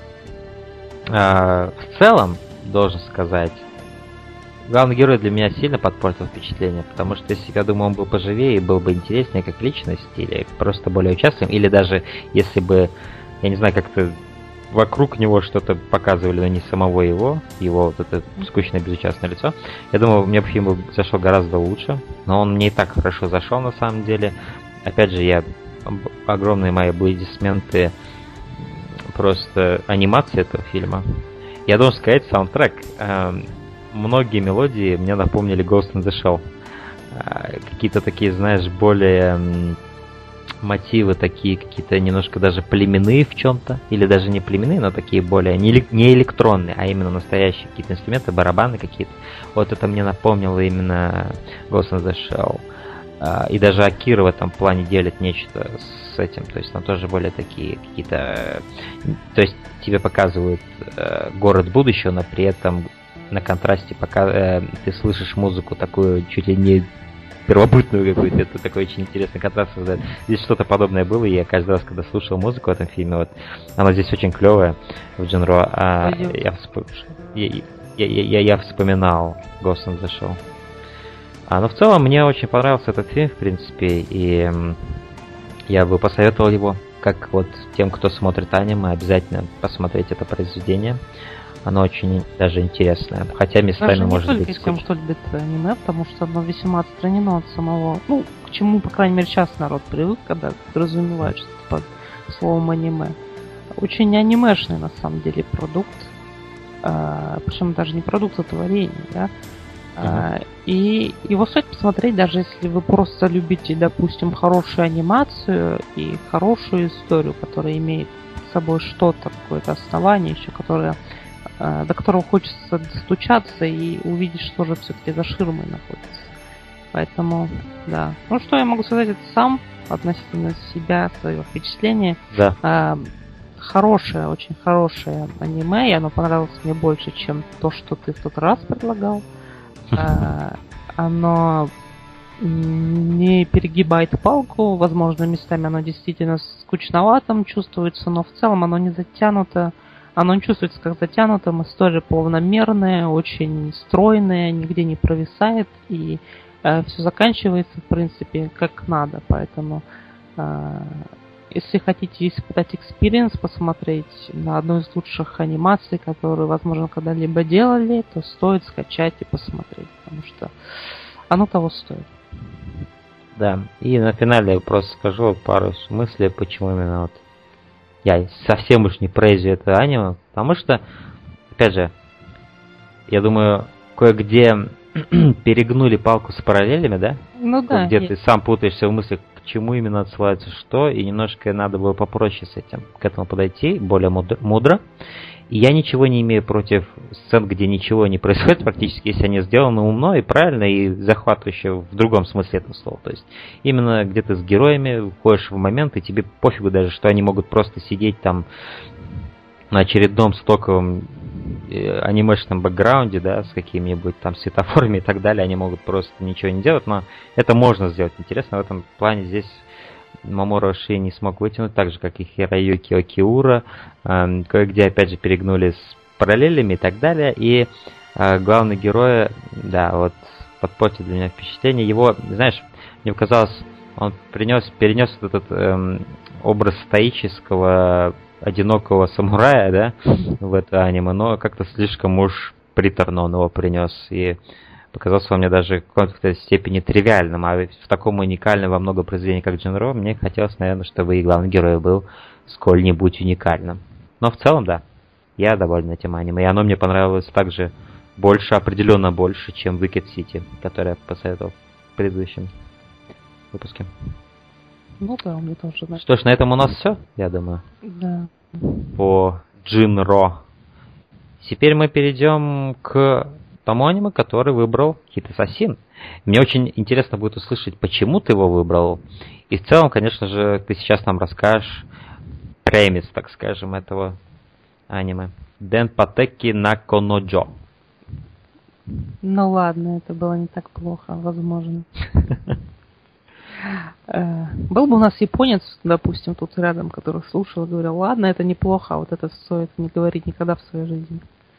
а, в целом, должен сказать, главный герой для меня сильно подпортил впечатление, потому что, если, я думаю, он был поживее и был бы интереснее как личность, или просто более участливым, или даже если бы, я не знаю, как-то вокруг него что-то показывали, но не самого его, его вот это скучное безучастное лицо, я думаю, мне бы фильм зашел гораздо лучше, но он мне и так хорошо зашел на самом деле. Опять же, я огромные мои аплодисменты просто анимации этого фильма. Я должен сказать, саундтрек, э, многие мелодии мне напомнили Ghost in the Shell. Э, какие-то такие, знаешь, более... мотивы такие какие-то немножко даже племенные в чем-то, или даже не племенные, но такие более не, не электронные, а именно настоящие какие-то инструменты, барабаны какие-то. Вот это мне напомнило именно Ghost in the Shell. И даже Акира в этом плане делит нечто с этим, то есть там тоже более такие какие-то... То есть тебе показывают город будущего, но при этом на контрасте пока ты слышишь музыку такую чуть ли не первобытную какую-то, это такой очень интересный контраст создает. Здесь что-то подобное было, и я каждый раз, когда слушал музыку в этом фильме, вот, она здесь очень клевая в Джинро, а я, всп... я, я, я, я вспоминал Ghost in the Shell. А, но в целом мне очень понравился этот фильм, в принципе, и я бы посоветовал его, как вот тем, кто смотрит аниме, обязательно посмотреть это произведение. Оно очень даже интересное, хотя местами даже может быть скучно. Тем, кто любит аниме, потому что оно весьма отстранено от самого, ну, к чему, по крайней мере, сейчас народ привык, когда подразумевает что-то под словом аниме. Очень анимешный, на самом деле, продукт, а, причем даже не продукт, а творение, да. Uh-huh. А, и его стоит посмотреть, даже если вы просто любите, допустим, хорошую анимацию и хорошую историю, которая имеет с собой что-то, какое-то основание еще, которое до которого хочется достучаться и увидеть, что же все-таки за ширмой находится. Поэтому, да. Ну, что я могу сказать, это сам относительно себя, свое впечатление. Да. А, хорошее, очень хорошее аниме, и оно понравилось мне больше, чем то, что ты в тот раз предлагал. А, оно не перегибает палку, возможно, местами оно действительно скучноватым чувствуется, но в целом оно не затянуто. Оно не чувствуется как затянутым, история плавномерная, очень стройная, нигде не провисает, и э, все заканчивается, в принципе, как надо. Поэтому, э, если хотите испытать экспириенс, посмотреть на одну из лучших анимаций, которые, возможно, когда-либо делали, то стоит скачать и посмотреть, потому что оно того стоит. Да, и на финале я просто скажу пару мыслей, почему именно вот я совсем уж не прейзю это аниме, потому что, опять же, я думаю, кое-где перегнули палку с параллелями, да? Ну да. Где есть. ты сам путаешься в мыслях, к чему именно отсылается что, и немножко надо было попроще с этим, к этому подойти, более мудро. И я ничего не имею против сцен, где ничего не происходит практически, если они сделаны умно и правильно, и захватывающе в другом смысле этого слова. То есть именно где ты с героями входишь в момент, и тебе пофигу даже, что они могут просто сидеть там на очередном стоковом анимешном бэкграунде, да, с какими-нибудь там светофорами и так далее, они могут просто ничего не делать, но это можно сделать интересно. В этом плане здесь Маморо Оши не смог вытянуть, так же, как и Хироюки Окиура, э, кое-где, опять же, перегнули с параллелями и так далее, и э, главный герой, да, вот, подпортил для меня впечатление, его, знаешь, мне показалось, он принес, перенес этот э, образ стоического, одинокого самурая, да, в это аниме, но как-то слишком уж приторно он его принес, и показался мне даже в какой-то степени тривиальным, а в таком уникальном во много произведений, как Джинро, мне хотелось, наверное, чтобы и главный герой был сколь-нибудь уникальным. Но в целом, да, я доволен этим аниме, и оно мне понравилось также больше, определенно больше, чем Wicked City, который я посоветовал в предыдущем выпуске. Ну да, у меня тоже. Да. Что ж, на этом у нас все, я думаю. Да. По Джинро. Теперь мы перейдем к тому аниме, который выбрал Hit Assassin. Мне очень интересно будет услышать, почему ты его выбрал. И в целом, конечно же, ты сейчас нам расскажешь премис, так скажем, этого аниме. Денпатеки Наконоджо. Ну ладно, это было не так плохо, возможно. Был бы у нас японец, допустим, тут рядом, который слушал и говорил, ладно, это неплохо, а вот это стоит не говорить никогда в своей жизни.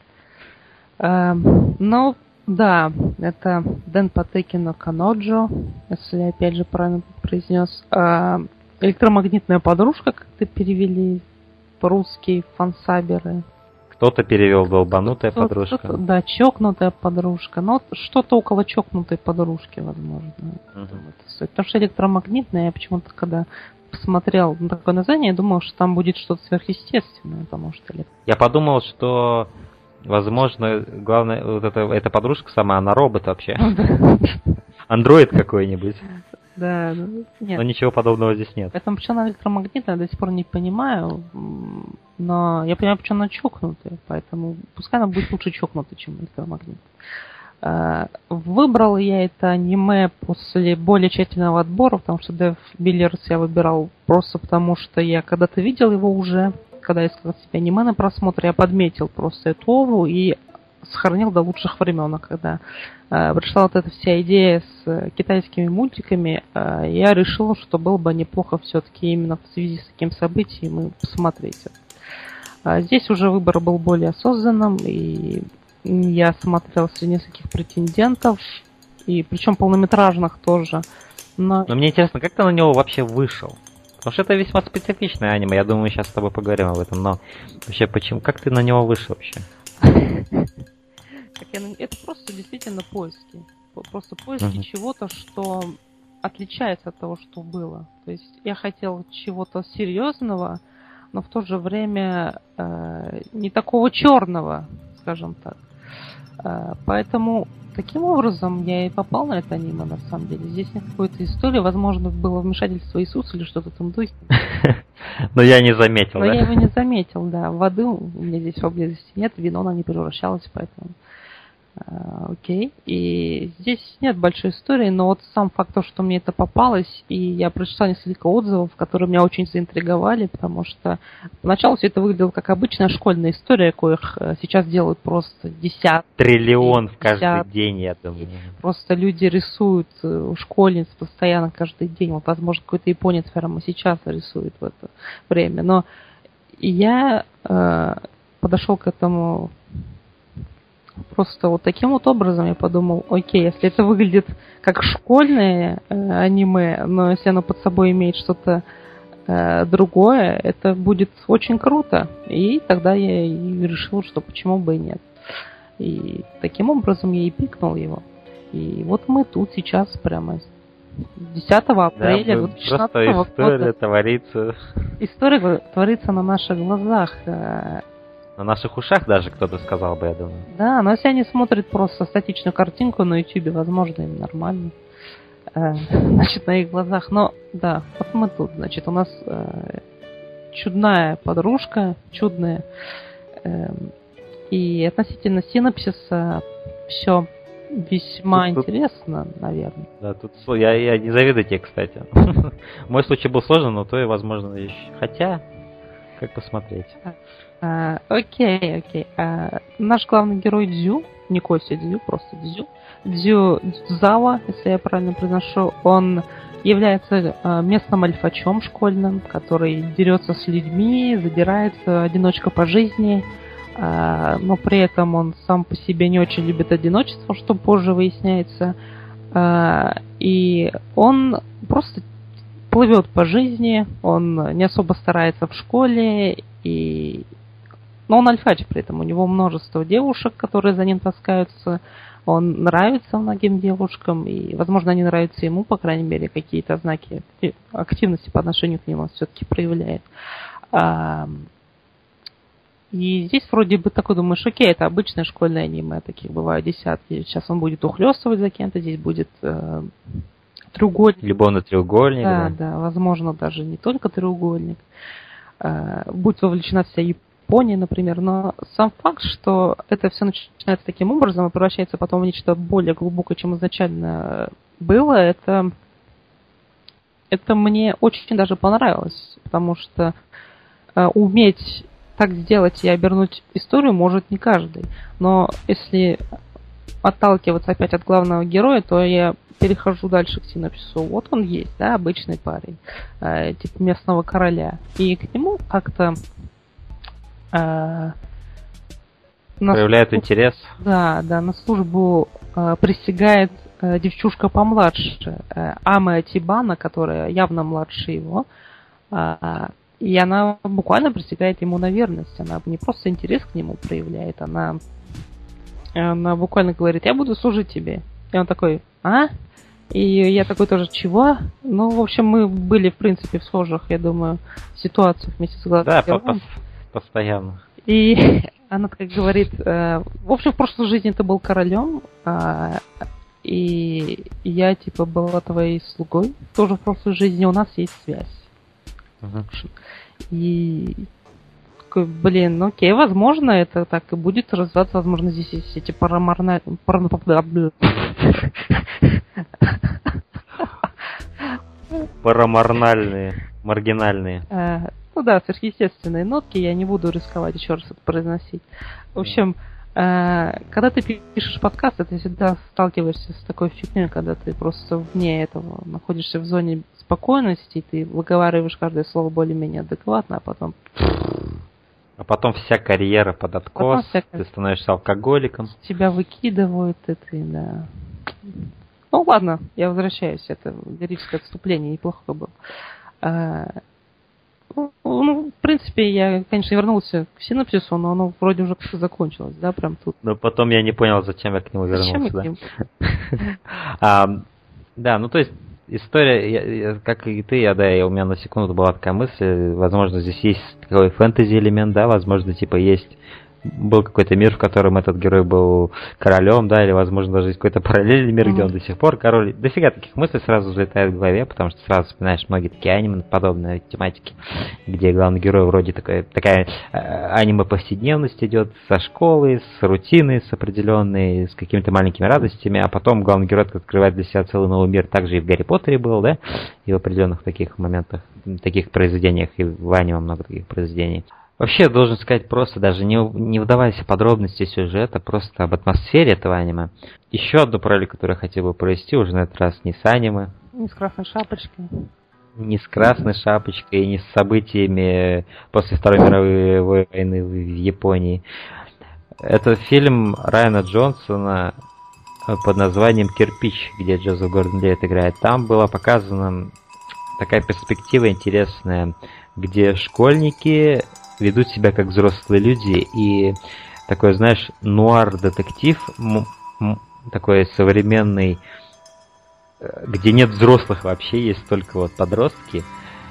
Ну, да, это Денпатеки Наконоджо, если я опять же правильно произнес. Электромагнитная подружка, как ты перевели по-русски, фансаберы. Кто-то перевел долбанутая кто-то, подружка. Кто-то, да, чокнутая подружка. Но что-то около чокнутой подружки, возможно. Uh-huh. Потому что электромагнитная, я почему-то, когда посмотрел на такое название, я думал, что там будет что-то сверхъестественное, потому что... Я подумал, что, возможно, главное, вот эта, эта подружка сама, она робот вообще. Андроид какой-нибудь. Да, нет. Но ничего подобного здесь нет. Поэтому почему она электромагнитная, я до сих пор не понимаю. Но я понимаю, почему она чокнутая. Поэтому пускай она будет лучше чокнутой, чем электромагнитная. Выбрал я это аниме после более тщательного отбора, потому что Death Billers я выбирал просто потому, что я когда-то видел его уже. Когда искал себе аниме на просмотр, я подметил просто эту ову и сохранил до лучших времен. Когда э, пришла вот эта вся идея с э, китайскими мультиками, э, я решил, что было бы неплохо все-таки именно в связи с таким событием и посмотреть это. А здесь уже выбор был более осознанным, и я смотрел среди нескольких претендентов, и причем полнометражных тоже. Но... но мне интересно, как ты на него вообще вышел? Потому что это весьма специфичное аниме, я думаю, мы сейчас с тобой поговорим об этом, но вообще, почему, как ты на него вышел вообще? Это просто действительно поиски. Просто поиски uh-huh. чего-то, что отличается от того, что было. То есть я хотел чего-то серьезного, но в то же время э, не такого черного, скажем так. Э, поэтому таким образом я и попал на это аниме, на самом деле. Здесь нет какой-то истории, возможно, было вмешательство Иисуса или что-то в этом духе. Но я не заметил, Но да? я его не заметил, да. Воды у меня здесь поблизости нет, вино она не превращалась, поэтому... Окей. Okay. И здесь нет большой истории, но вот сам факт, что мне это попалось, и я прочитала несколько отзывов, которые меня очень заинтриговали, потому что поначалу все это выглядело как обычная школьная история, коих сейчас делают просто десятки. Триллион в каждый десятки. День, я думаю. Просто люди рисуют школьниц постоянно каждый день. Вот, возможно, какой-то японец прямо сейчас рисует в это время. Но я э, подошел к этому... Просто вот таким вот образом я подумал, окей, если это выглядит как школьное э, аниме, но если оно под собой имеет что-то э, другое, это будет очень круто. И тогда я и решил, что почему бы и нет. И таким образом я и пикнул его. И вот мы тут сейчас прямо десятого апреля да, две тысячи шестнадцатого просто история года. творится. История творится на наших глазах. На наших ушах даже кто-то сказал бы, я думаю. Да, но если они смотрят просто статичную картинку на ютубе, возможно, им нормально. Значит, на их глазах. Но, да, вот мы тут. Значит, у нас э, чудная подружка, чудная. Э, и относительно синопсиса все весьма тут, интересно, тут, наверное. Да, тут я, я не завидую тебе, кстати. Мой случай был сложный, но то и, возможно, еще. Хотя, как посмотреть. А, окей, окей. А, наш главный герой Дзю, не Костя Дзю, просто Дзю. Дзю Дзава, если я правильно произношу, он является а, местным альфачом школьным, который дерется с людьми, задирается, одиночка по жизни, а, но при этом он сам по себе не очень любит одиночество, что позже выясняется. А, и он просто плывет по жизни, он не особо старается в школе, и... но он альфач при этом, у него множество девушек, которые за ним таскаются, он нравится многим девушкам, и, возможно, они нравятся ему, по крайней мере, какие-то знаки активности по отношению к нему он все-таки проявляет. И здесь вроде бы такой думаешь, окей, это обычное школьное аниме, таких бывают десятки, сейчас он будет ухлёстывать за кем-то, здесь будет... треугольник. Любовный треугольник. Да, да, да, возможно, даже не только треугольник. А, будь вовлечена вся Япония, например. Но сам факт, что это все начинается таким образом и превращается потом в нечто более глубокое, чем изначально было, это, это мне очень даже понравилось. Потому что а, уметь так сделать и обернуть историю может не каждый. Но если отталкиваться опять от главного героя, то я перехожу дальше к синопсису. Вот он есть, да, обычный парень, э, типа местного короля. И к нему как-то э, проявляет службу, интерес. Да, да, на службу э, присягает э, девчушка помладше, э, Аме Тибана, которая явно младше его. Э, и она буквально присягает ему на верность. Она не просто интерес к нему проявляет, она, она буквально говорит, я буду служить тебе. И он такой, а? И я такой тоже, чего? Ну, в общем, мы были, в принципе, в схожих, я думаю, ситуациях вместе с главным да, героем. по- постоянно. И она так говорит, э, в общем, в прошлой жизни ты был королем, э, и я, типа, была твоей слугой. Тоже в прошлой жизни у нас есть связь. Угу. И... Блин, ну окей, возможно, это так и будет развиваться, возможно, здесь есть эти параморнальные... Параморнальные, маргинальные. А, ну да, сверхъестественные нотки, я не буду рисковать еще раз это произносить. В общем, а, когда ты пишешь подкаст, ты всегда сталкиваешься с такой фигней, когда ты просто вне этого находишься в зоне спокойности, ты выговариваешь каждое слово более-менее адекватно, а потом... А потом вся карьера под откос, вся... ты становишься алкоголиком. Тебя выкидывают, и ты, да. Ну ладно, я возвращаюсь. Это лирическое отступление, неплохое было. А, ну, ну, в принципе, я, конечно, вернулся к синопсису, но оно вроде уже как-то закончилось, да, прям тут. Но потом я не понял, зачем я к нему вернулся. Да, да, ну то есть история, я, я, как и ты, я, да, я, у меня на секунду была такая мысль, возможно, здесь есть такой фэнтези-элемент, да, возможно, типа есть, был какой-то мир, в котором этот герой был королем, да, или, возможно, даже есть какой-то параллельный мир, mm-hmm. где он до сих пор король. Дофига таких мыслей сразу взлетает в голове, потому что сразу вспоминаешь многие такие аниме подобные тематики, где главный герой вроде такая, такая э, аниме-повседневность идет со школы, с рутиной, с определенной, с какими-то маленькими радостями, а потом главный герой открывает для себя целый новый мир. Также и в Гарри Поттере был, да, и в определенных таких моментах, таких произведениях, и в аниме много таких произведений. Вообще, должен сказать просто, даже не, не вдаваясь в подробности сюжета, просто об атмосфере этого аниме. Еще одну параллель, которую я хотел бы провести, уже на этот раз не с аниме. Не с красной шапочкой. Не с красной шапочкой, и не с событиями после Второй мировой войны в Японии. Это фильм Райана Джонсона под названием «Кирпич», где Джозеф Гордон-Левитт играет. Там была показана такая перспектива интересная, где школьники ведут себя как взрослые люди, и такой, знаешь, нуар-детектив, м- м- такой современный где нет взрослых вообще, есть только вот подростки.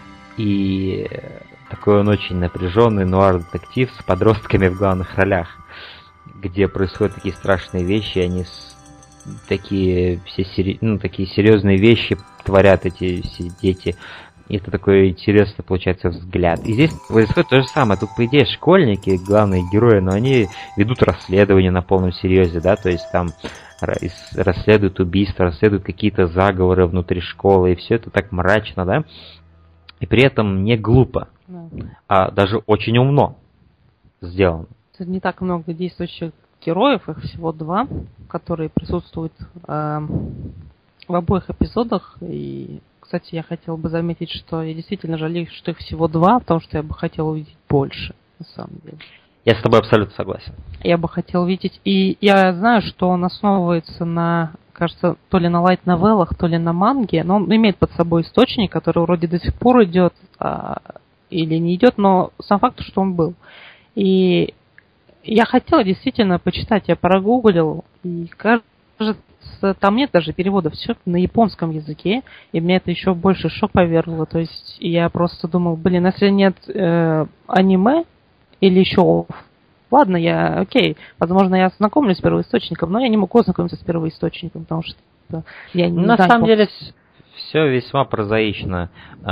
И такой он очень напряженный нуар-детектив с подростками в главных ролях, где происходят такие страшные вещи, они с... такие все сери... ну, такие серьезные вещи творят эти все дети. И это такой интересный получается взгляд. И здесь происходит то же самое. Тут, по идее, школьники, главные герои, но они ведут расследование на полном серьезе, да, то есть там расследуют убийства, расследуют какие-то заговоры внутри школы, и все это так мрачно, да, и при этом не глупо, да. А даже очень умно сделано. Тут не так много действующих героев, их всего два, которые присутствуют э, в обоих эпизодах, и, кстати, я хотела бы заметить, что я действительно жалею, что их всего два, потому что я бы хотела увидеть больше, на самом деле. Я с тобой абсолютно согласен. Я бы хотел видеть. И я знаю, что он основывается на, кажется, то ли на лайт-новеллах, то ли на манге, но он имеет под собой источник, который вроде до сих пор идет а, или не идет, но сам факт, что он был. И я хотела действительно почитать, я прогуглил, и кажется, там нет даже переводов, все на японском языке, и меня это еще больше шок повергло. То есть я просто думал, блин, если нет э, аниме, или еще, ладно, я, окей, возможно, я ознакомлюсь с первоисточником, но я не могу ознакомиться с первоисточником, потому что я не На знаю, самом как... деле, все весьма прозаично.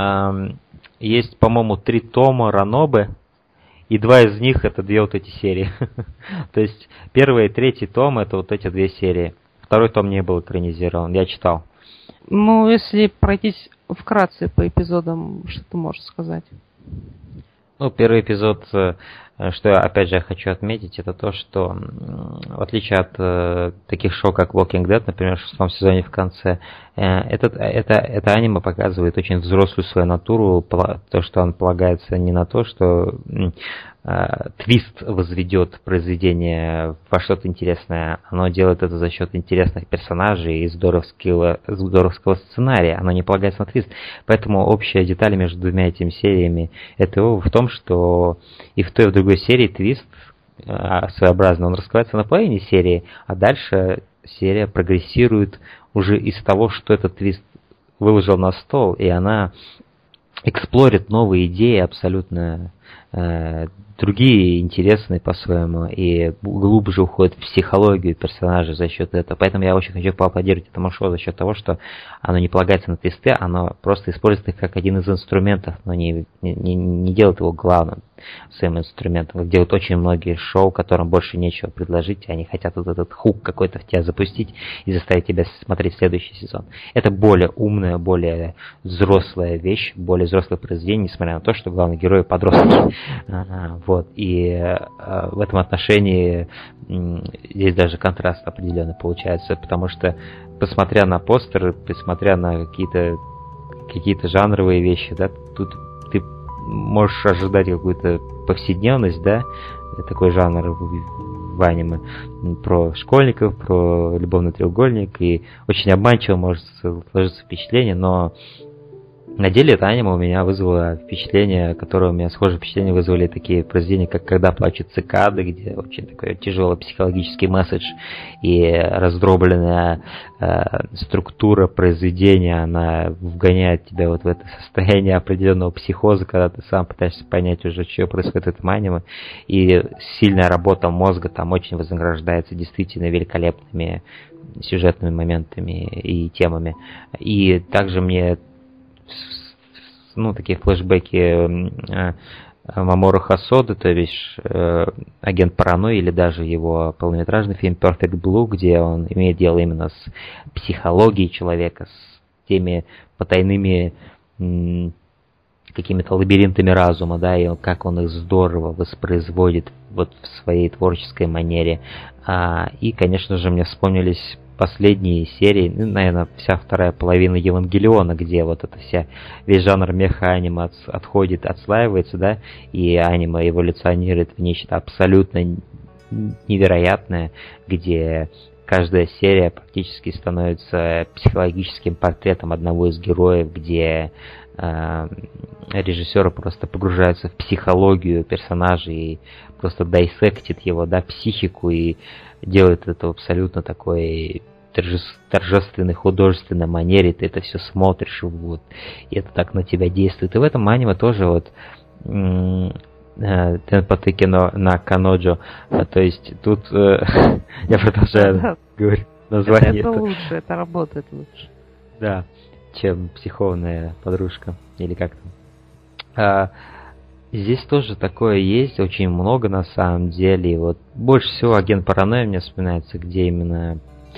Есть, по-моему, три тома Ранобе, и два из них это две вот эти серии. То есть, первый и третий том это вот эти две серии. Второй том не был экранизирован, я читал. Ну, если пройтись вкратце по эпизодам, что ты можешь сказать? Ну, первый эпизод, что я, опять же, я хочу отметить, это то, что в отличие от э, таких шоу, как Walking Dead, например, в шестом сезоне в конце, э, этот, это, это аниме показывает очень взрослую свою натуру, то, что он полагается не на то, что э, твист возведет произведение во что-то интересное, оно делает это за счет интересных персонажей и здоровского, здоровского сценария, оно не полагается на твист. Поэтому общая деталь между двумя этими сериями это в том, что и в той, и в другой серии твист э, своеобразно, он раскрывается на половине серии, а дальше серия прогрессирует уже из того, что этот твист выложил на стол, и она эксплорит новые идеи абсолютно э, другие, интересные по-своему, и глубже уходит в психологию персонажа за счет этого. Поэтому я очень хочу поаплодировать этому шоу за счет того, что оно не полагается на твисты, оно просто использует их как один из инструментов, но не, не, не делает его главным своим инструментом. Как делают очень многие шоу, которым больше нечего предложить, они хотят вот этот хук какой-то в тебя запустить и заставить тебя смотреть следующий сезон. Это более умная, более взрослая вещь, более взрослое произведение, несмотря на то, что главный герой подростки. Вот. И в этом отношении здесь даже контраст определенный получается, потому что, посмотря на постеры, посмотря на какие-то какие-то жанровые вещи, да, тут ты можешь ожидать какую-то повседневность, да, такой жанр в, в аниме, про школьников, про любовный треугольник, и очень обманчиво может сложиться впечатление, но на деле это аниме у меня вызвало впечатление, которое у меня схожее впечатление вызвали такие произведения, как «Когда плачут цикады», где очень такой тяжелый психологический месседж и раздробленная э, структура произведения, она вгоняет тебя вот в это состояние определенного психоза, когда ты сам пытаешься понять уже, что происходит в этом аниме, и сильная работа мозга там очень вознаграждается действительно великолепными сюжетными моментами и темами. И также мне ну, такие флешбеки э, Мамору Хосоды, то есть э, агент паранойи, или даже его полнометражный фильм Perfect Blue, где он имеет дело именно с психологией человека, с теми потайными м, какими-то лабиринтами разума, да, и как он их здорово воспроизводит вот в своей творческой манере. А, и, конечно же, мне вспомнились последние серии, ну, наверное, вся вторая половина Евангелиона, где вот это вся, весь жанр меха-аниме от, отходит, отслаивается, да, и аниме эволюционирует в нечто абсолютно невероятное, где каждая серия практически становится психологическим портретом одного из героев, где э, режиссеры просто погружаются в психологию персонажа и просто дайсектит его, да, психику, и делает это абсолютно такой торжес- торжественной, художественной манере ты это все смотришь, вот, и это так на тебя действует. И в этом аниме тоже вот Тенпоте кино на Каноджо, то есть тут я продолжаю говорить название. Это лучше, это работает лучше. Да, чем психованная подружка, или как там. А, здесь тоже такое есть, очень много на самом деле. Вот больше всего агент паранойя мне вспоминается, где именно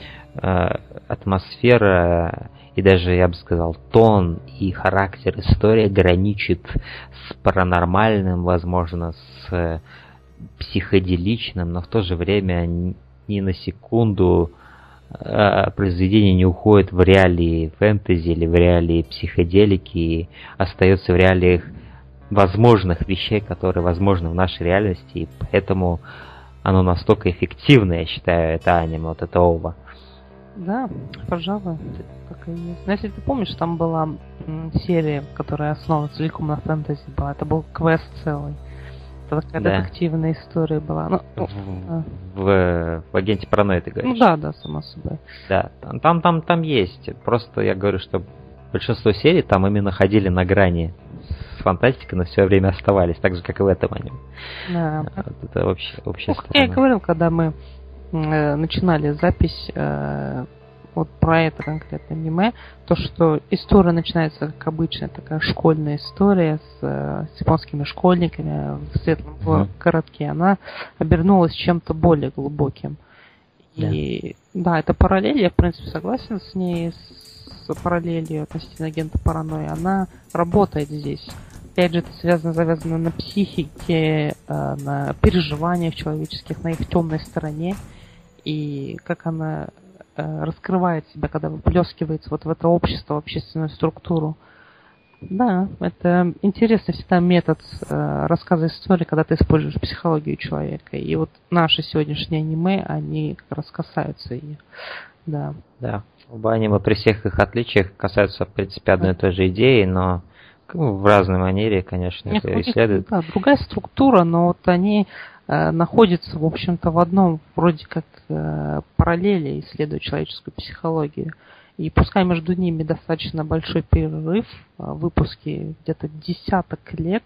а, атмосфера и даже, я бы сказал, тон и характер истории граничит с паранормальным, возможно, с психоделичным, но в то же время ни на секунду произведение не уходит в реалии фэнтези или в реалии психоделики и остается в реалиях возможных вещей, которые возможны в нашей реальности, и поэтому оно настолько эффективно, я считаю, это аниме, вот это ова. Да, пожалуй, так и есть. Но если ты помнишь, там была м, серия, которая основана целиком на фэнтези была, это был квест целый. Это такая да. детективная история была. Ну, в, а. в, в агенте паранойи ты говоришь? Ну да, да, само собой. Да, там, там, там есть. Просто я говорю, что большинство серий там именно ходили на грани с фантастикой, но все время оставались, так же, как и в этом аниме. Да. Вот это вообще, общая ну, как я и говорил, когда мы э, начинали запись э, вот про это конкретно аниме, то, что история начинается, как обычно, такая школьная история с, с японскими школьниками в светлом mm-hmm. городке, она обернулась чем-то более глубоким. Yeah. И да, это параллель, я в принципе согласен с ней, с параллелью относительно агента паранойи, она работает здесь. Опять же, это связано, завязано на психике, на переживаниях человеческих, на их темной стороне, и как она раскрывает себя, когда выплескивается вот в это общество, в общественную структуру. Да, это интересный всегда метод э, рассказа истории, когда ты используешь психологию человека. И вот наши сегодняшние аниме, они как раз касаются ее. Да. Да. Оба аниме при всех их отличиях касаются, в принципе, одной и той же идеи, но ну, в разной манере, конечно, Нет, это исследуют. Да, другая структура, но вот они э, находятся, в общем-то, в одном вроде как э, параллели, исследуют человеческую психологию. И пускай между ними достаточно большой перерыв, выпуски где-то десяток лет,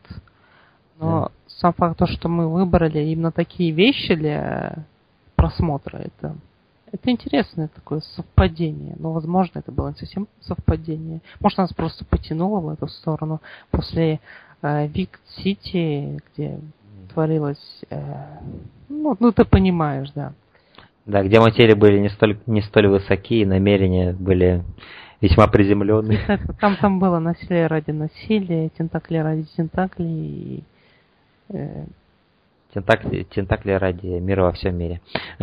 но да. сам факт, то, что мы выбрали именно такие вещи для просмотра, это, это интересное такое совпадение. Но, возможно, это было не совсем совпадение. Может, нас просто потянуло в эту сторону после э, Вик Сити, где творилось... Э, ну, ну, ты понимаешь, да. Да, где материи были не столь, не столь высокие, намерения были весьма приземленные. Там, там было насилие ради насилия, тентакли ради тентаклей. Э... Тентакли, тентакли ради мира во всем мире.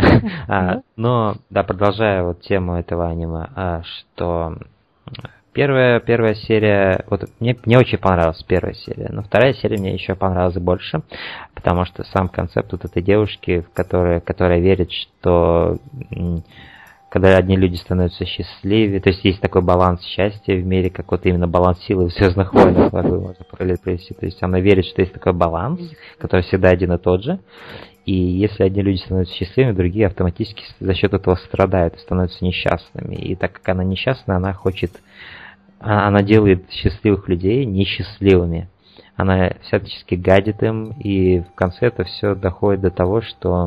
а, но, да, продолжая вот тему этого аниме, а, что первая, первая серия, вот мне, мне очень понравилась первая серия, но вторая серия мне еще понравилась больше, потому что сам концепт вот этой девушки, в которой, которая верит, что когда одни люди становятся счастливее, то есть есть такой баланс счастья в мире, как вот именно баланс силы в «Звездных войнах», можно параллель провести, то есть она верит, что есть такой баланс, который всегда один и тот же, и если одни люди становятся счастливыми, другие автоматически за счет этого страдают и становятся несчастными, и так как она несчастна, она хочет она делает счастливых людей несчастливыми. Она всячески гадит им, и в конце это все доходит до того, что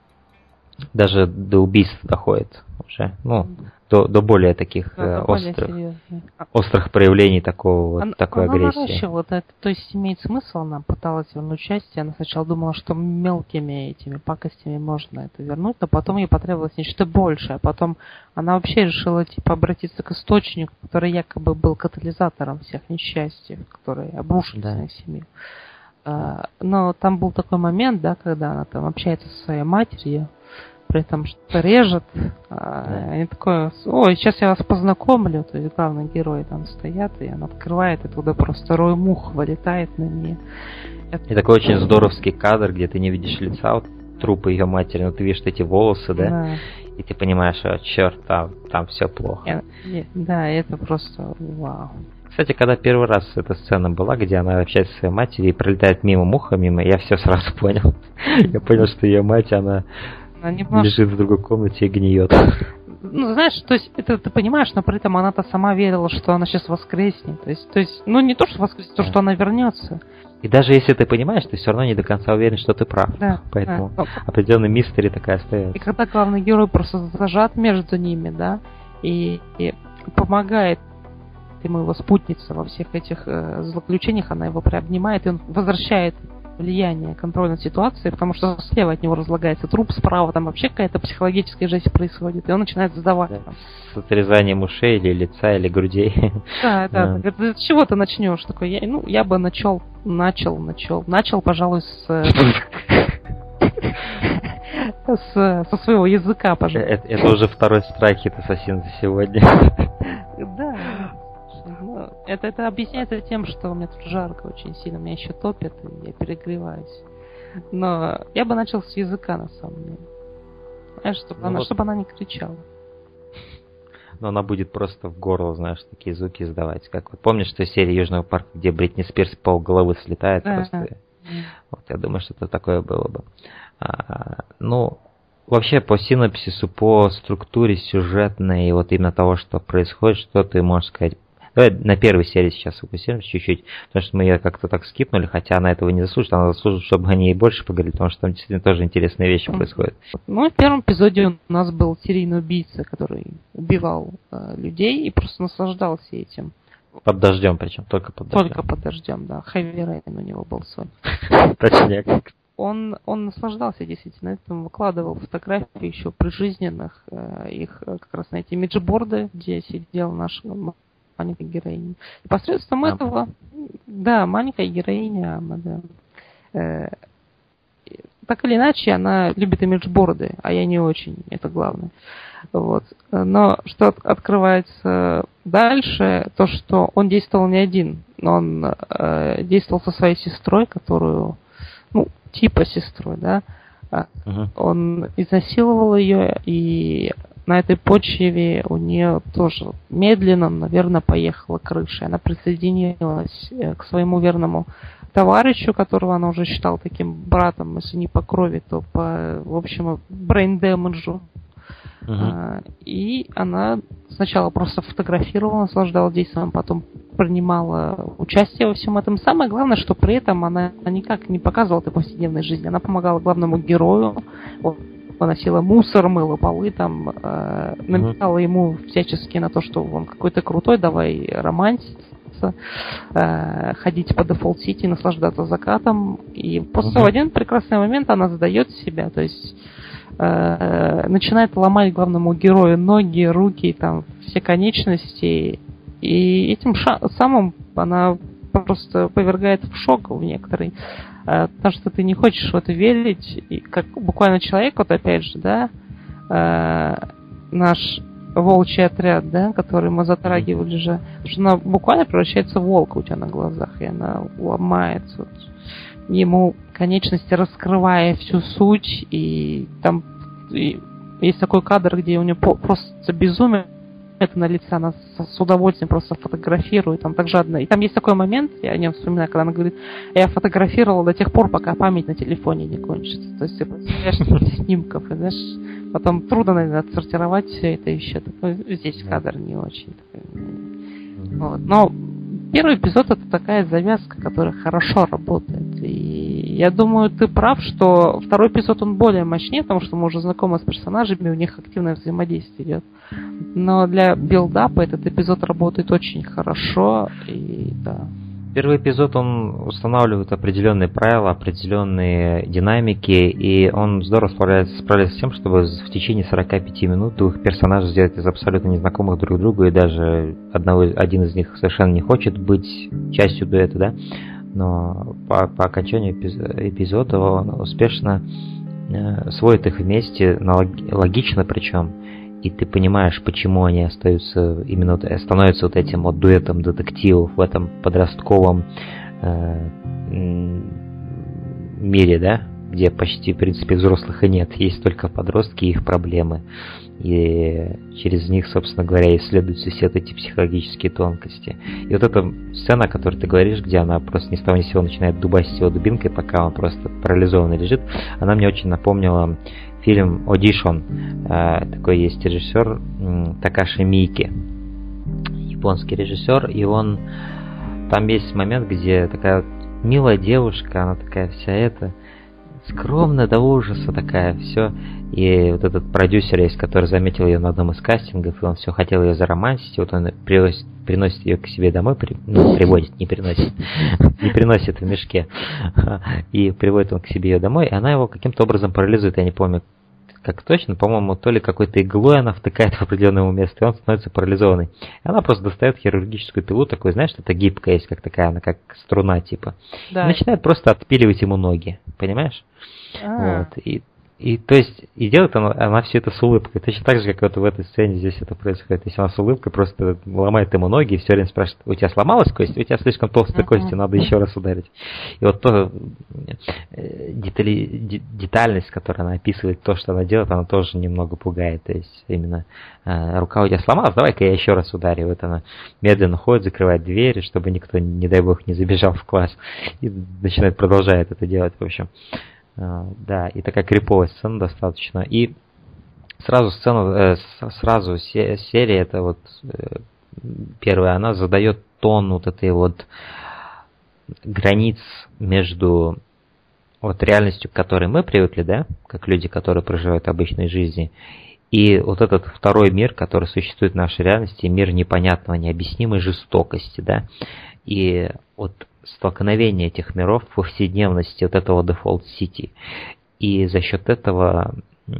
даже до убийств доходит уже. Ну, до, до более таких да, э, острых, острых проявлений такого, она, такой она агрессии. Наращивала, это, то есть имеет смысл, она пыталась вернуть счастье. Она сначала думала, что мелкими этими пакостями можно это вернуть, но потом ей потребовалось нечто большее. А потом она вообще решила типа обратиться к источнику, который якобы был катализатором всех несчастьев, которые обрушились да. на семью. А, но там был такой момент, да, когда она там общается со своей матерью, при этом что-то режет. А, они такое, ой, сейчас я вас познакомлю. То есть главные герои там стоят, и она открывает, и туда просто рой мух вылетает на нее. Это... И такой очень здоровский кадр, где ты не видишь лица вот, трупа ее матери, но ты видишь эти волосы, да? да. И ты понимаешь, что черт, там, там все плохо. Я, да, это просто вау. Кстати, когда первый раз эта сцена была, где она общается со своей матерью и пролетает мимо муха, мимо, я все сразу понял. Я понял, что ее мать, она Она немножко... лежит в другой комнате и гниет. Ну, знаешь, то есть, это ты понимаешь, но при этом она-то сама верила, что она сейчас воскреснет. То есть, то есть, ну не то, что воскреснет, то, что она вернется. И даже если ты понимаешь, ты все равно не до конца уверен, что ты прав. Да, Поэтому да. определенный мистери такая остается. И когда главный герой просто зажат между ними, да, и, и помогает ему его спутница во всех этих э, злоключениях, она его приобнимает, и он возвращает влияние, контроль над ситуацией, потому что слева от него разлагается труп, справа там вообще какая-то психологическая жесть происходит, и он начинает сдавать. Да. С отрезанием ушей или лица, или грудей. Да, да. да. Говорит, с чего ты начнешь? Такой, я, ну, я бы начал, начал, начал, начал, пожалуй, с... С, со своего языка, пожалуйста. Это, это уже второй страйк Hit Assassin за сегодня. Да. Ну, это, это объясняется тем, что у меня тут жарко очень сильно, меня еще топит, и я перегреваюсь. Но я бы начал с языка, на самом деле. Знаешь, чтобы, ну она, вот... чтобы она не кричала. Но она будет просто в горло, знаешь, такие звуки издавать. Как вот помнишь той серии Южного парка, где Бритни Спирс пол головы слетает да, просто? Да. Вот, я думаю, что это такое было бы. А, ну, вообще по синопсису, по структуре сюжетной, и вот именно того, что происходит, что ты можешь сказать. Давай на первой серии сейчас фокусируемся чуть-чуть, потому что мы ее как-то так скипнули, хотя она этого не заслужит, она заслужит, чтобы о ней больше поговорили, потому что там действительно тоже интересные вещи происходят. Ну, в первом эпизоде у нас был серийный убийца, который убивал э, людей и просто наслаждался этим. Под дождем причем, только под дождем. Только под дождем, да. Heavy Rain у него был свой. Точняк. Он, он наслаждался действительно этим, выкладывал фотографии еще прижизненных, э, их как раз на эти имиджборды, где сидел наш маленькая героиня. И посредством а, этого, да, маленькая героиня, да, э, так или иначе, она любит имиджборды, а я не очень, это главное. Вот. Но что открывается дальше, то, что он действовал не один, он э, действовал со своей сестрой, которую, ну, типа сестрой, да, uh-huh. Он изнасиловал ее, и на этой почве у нее тоже медленно, наверное, поехала крыша. Она присоединилась к своему верному товарищу, которого она уже считала таким братом, если не по крови, то по, в общем, брейн-дэмэджу. Uh-huh. И она сначала просто фотографировала, наслаждалась действием, потом принимала участие во всем этом. Самое главное, что при этом она никак не показывала этой повседневной жизни. Она помогала главному герою, выносила мусор, мыла полы, там, э, намекала ему всячески на то, что он какой-то крутой, давай романтиться, э, ходить по Дефолт-Сити, наслаждаться закатом. И после uh-huh. в один прекрасный момент она задает себя, то есть э, начинает ломать главному герою ноги, руки, там, все конечности. И этим ша- самым она просто повергает в шок в некоторый. Потому что ты не хочешь в это верить. И как буквально человек, вот опять же, да, э, наш волчий отряд, да, который мы затрагивали же, что она буквально превращается в волка у тебя на глазах, и она ломается. Вот, ему конечности раскрывая всю суть, и там и есть такой кадр, где у нее просто безумие это на лице, она с удовольствием просто фотографирует, там так жадно. И там есть такой момент, я о нем вспоминаю, когда она говорит, я фотографировала до тех пор, пока память на телефоне не кончится. То есть ты представляешь снимков, и знаешь, потом трудно, наверное, отсортировать все это еще. Ну, здесь кадр не очень. Вот. Но первый эпизод это такая завязка, которая хорошо работает. И я думаю, ты прав, что второй эпизод он более мощнее, потому что мы уже знакомы с персонажами, у них активное взаимодействие идет. Но для билдапа этот эпизод работает очень хорошо. И да. Первый эпизод, он устанавливает определенные правила, определенные динамики, и он здорово справляется, справляется с тем, чтобы в течение сорок пять минут двух персонажей сделать из абсолютно незнакомых друг другу, и даже одного, один из них совершенно не хочет быть частью дуэта, да, но по, по окончанию эпизода он успешно э, сводит их вместе, логично причем, и ты понимаешь, почему они остаются именно становятся вот этим вот дуэтом детективов в этом подростковом э, мире, да, где почти, в принципе, взрослых и нет, есть только подростки и их проблемы, и через них, собственно говоря, исследуются все эти психологические тонкости. И вот эта сцена, о которой ты говоришь, где она просто ни с того ни с сего начинает дубасить его дубинкой, пока он просто парализованный лежит, она мне очень напомнила фильм «Audition». Такой есть режиссер Такаши Мики, японский режиссер, и он... Там есть момент, где такая вот милая девушка, она такая вся эта... скромная до ужаса такая, все. И вот этот продюсер есть, который заметил ее на одном из кастингов, и он все хотел ее заромантить, и вот он приносит, приносит ее к себе домой, при, ну, приводит, не приносит, не приносит в мешке, и приводит он к себе ее домой, и она его каким-то образом парализует, я не помню, как точно, по-моему, то ли какой-то иглой она втыкает в определенное место, и он становится парализованный. И она просто достает хирургическую пилу, такой, знаешь, что-то гибкая есть, как такая, она как струна, типа. Да. И начинает просто отпиливать ему ноги, понимаешь? А-а-а. Вот, и И то есть, и делает она, она все это с улыбкой. Точно так же, как вот в этой сцене здесь это происходит. То есть она с улыбкой просто ломает ему ноги и все время спрашивает: у тебя сломалась кость? У тебя слишком толстая uh-huh. кость, надо еще раз ударить. И вот то детали, детальность, которую она описывает, то, что она делает, она тоже немного пугает. То есть именно рука у тебя сломалась, давай-ка я еще раз ударю. Вот она медленно ходит, закрывает двери, чтобы никто, не дай бог, не забежал в класс. И начинает, продолжает это делать, в общем. Uh, да, и такая криповая сцена достаточно. И сразу сцена, э, сразу се- серия, это вот э, первая, она задает тон вот этой вот границ между вот реальностью, к которой мы привыкли, да, как люди, которые проживают обычной жизнью, и вот этот второй мир, который существует в нашей реальности, мир непонятного, необъяснимой жестокости, да, и вот столкновение этих миров в повседневности вот этого Default City. И за счет этого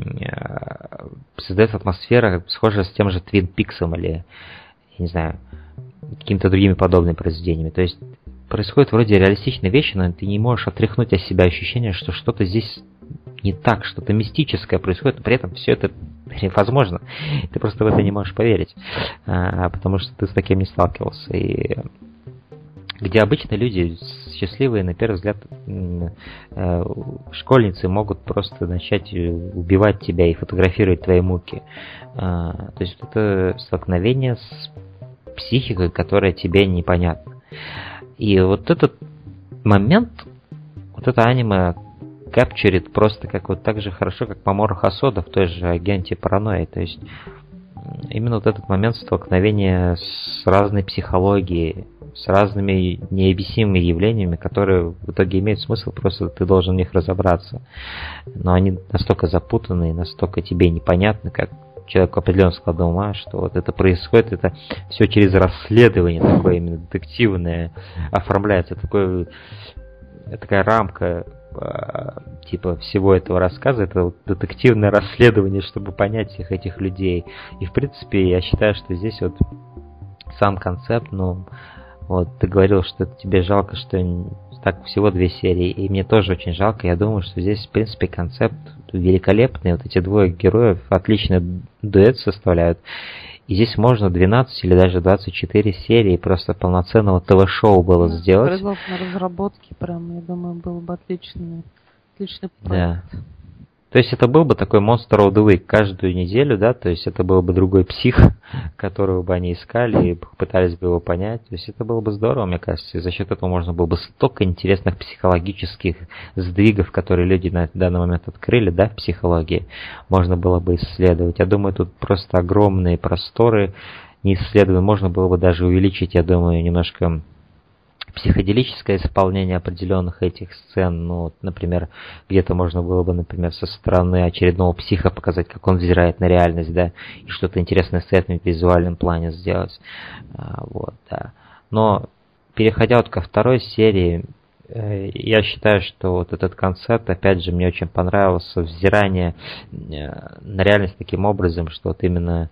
создается атмосфера, схожая с тем же Twin Peaks'ом или, я не знаю, какими-то другими подобными произведениями. То есть происходят вроде реалистичные вещи, но ты не можешь отряхнуть от себя ощущение, что что-то здесь не так, что-то мистическое происходит, но при этом все это невозможно. Ты просто в это не можешь поверить, потому что ты с таким не сталкивался. И где обычно люди счастливые, на первый взгляд, школьницы могут просто начать убивать тебя и фотографировать твои муки. То есть это столкновение с психикой, которая тебе непонятна. И вот этот момент, вот это аниме капчурит просто как вот так же хорошо, как Мамору Хосода в той же Агенте Паранойи. То есть именно вот этот момент столкновения с разной психологией, с разными необъяснимыми явлениями, которые в итоге имеют смысл, просто ты должен в них разобраться. Но они настолько запутанные, настолько тебе непонятны, как человеку определенного склада ума, что вот это происходит, это все через расследование такое именно детективное оформляется, такое, такая рамка типа всего этого рассказа, это вот детективное расследование, чтобы понять всех этих людей. И в принципе я считаю, что здесь вот сам концепт, ну вот ты говорил, что тебе жалко, что так всего две серии, и мне тоже очень жалко. Я думаю, что здесь в принципе концепт великолепный, вот эти двое героев отличный дуэт составляют. И здесь можно двенадцать или даже двадцать четыре серии просто полноценного ТВ-шоу было да, сделать. На разработке прям, я думаю, был бы отличный, отличный проект. Да. То есть это был бы такой Monster of the Week каждую неделю, да, то есть это был бы другой псих, которого бы они искали и пытались бы его понять. То есть это было бы здорово, мне кажется, и за счет этого можно было бы столько интересных психологических сдвигов, которые люди на данный момент открыли, да, в психологии, можно было бы исследовать. Я думаю, тут просто огромные просторы не исследованы, можно было бы даже увеличить, я думаю, немножко психоделическое исполнение определенных этих сцен, ну, вот, например, где-то можно было бы, например, со стороны очередного психа показать, как он взирает на реальность, да, и что-то интересное с этим в визуальном плане сделать, а, вот, да. Но, переходя вот ко второй серии, э, я считаю, что вот этот концепт, опять же, мне очень понравился, взирание на реальность таким образом, что вот именно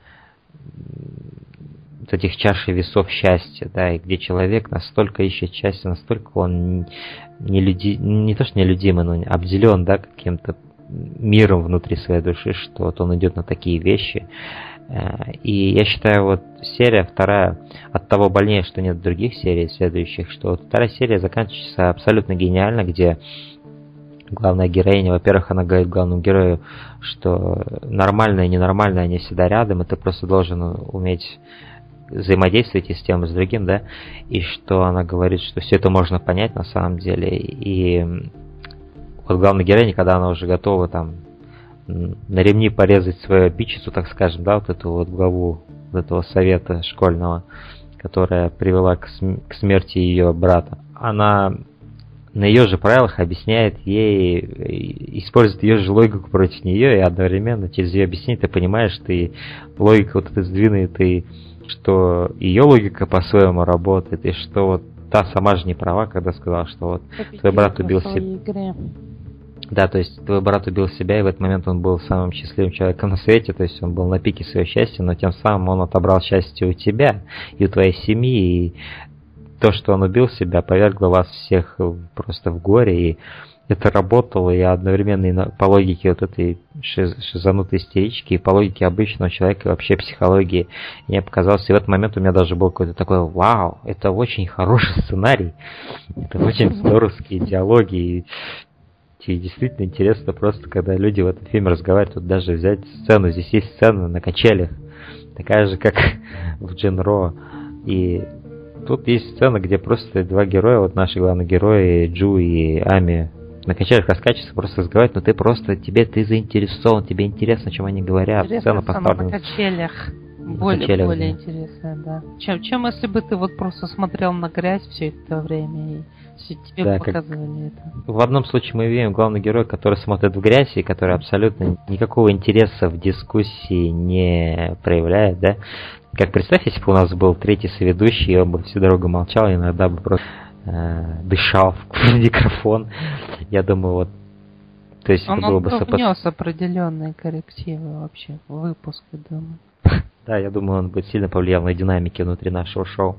вот этих чашей весов счастья, да, и где человек настолько ищет счастье, настолько он не, люди, не то что нелюдимый, но обделен, да, каким-то миром внутри своей души, что вот он идет на такие вещи. И я считаю, вот серия вторая от того больнее, что нет других серий следующих, что вот вторая серия заканчивается абсолютно гениально, где главная героиня, во-первых, она говорит главному герою, что нормальное и ненормальное, они всегда рядом, и ты просто должен уметь взаимодействовать и с тем, и с другим, да, и что она говорит, что все это можно понять на самом деле, и вот главная героиня, когда она уже готова там на ремни порезать свою обидчицу, так скажем, да, вот эту вот главу вот этого совета школьного, которая привела к, см- к смерти ее брата. Она на ее же правилах объясняет ей, использует ее же логику против нее, и одновременно через ее объяснение ты понимаешь, ты логика вот эта сдвинет, и что ее логика по-своему работает, и что вот та сама же не права, когда сказала, что вот Победила твой брат убил себя. Да, то есть твой брат убил себя, и в этот момент он был самым счастливым человеком на свете, то есть он был на пике своего счастья, но тем самым он отобрал счастье у тебя и у твоей семьи, и то, что он убил себя, повергло вас всех просто в горе, и это работало, и одновременно и по логике вот этой шиз- шизанутой истерички, и по логике обычного человека, и вообще психологии, мне показалось, и в этот момент у меня даже был какой-то такой: вау, это очень хороший сценарий, это очень здоровские диалоги, и и действительно интересно просто, когда люди в этом фильме разговаривают, вот даже взять сцену, здесь есть сцена на качелях, такая же, как в Джин-Ро, и тут есть сцена, где просто два героя, вот наши главные герои, Джу и Ами, на качелях раскачиваются, просто разговаривают, но ты просто, тебе, ты заинтересован, тебе интересно, о чем они говорят, интересная сцена поставлена. на качелях. На Более, качелях, более да. интересная, да. Чем, чем если бы ты вот просто смотрел на грязь все это время и все тебе Да, показывали это. В одном случае мы видим главный герой, который смотрит в грязь и который абсолютно никакого интереса в дискуссии не проявляет, да. Как представь, если бы у нас был третий соведущий, и он бы всю дорогу молчал, иногда бы просто э, дышал в микрофон. Я думаю, вот, то есть Он, это было он бы сопо... внес определенные коррективы вообще в выпуск, я думаю. Да, я думаю, он бы сильно повлиял на динамики внутри нашего шоу.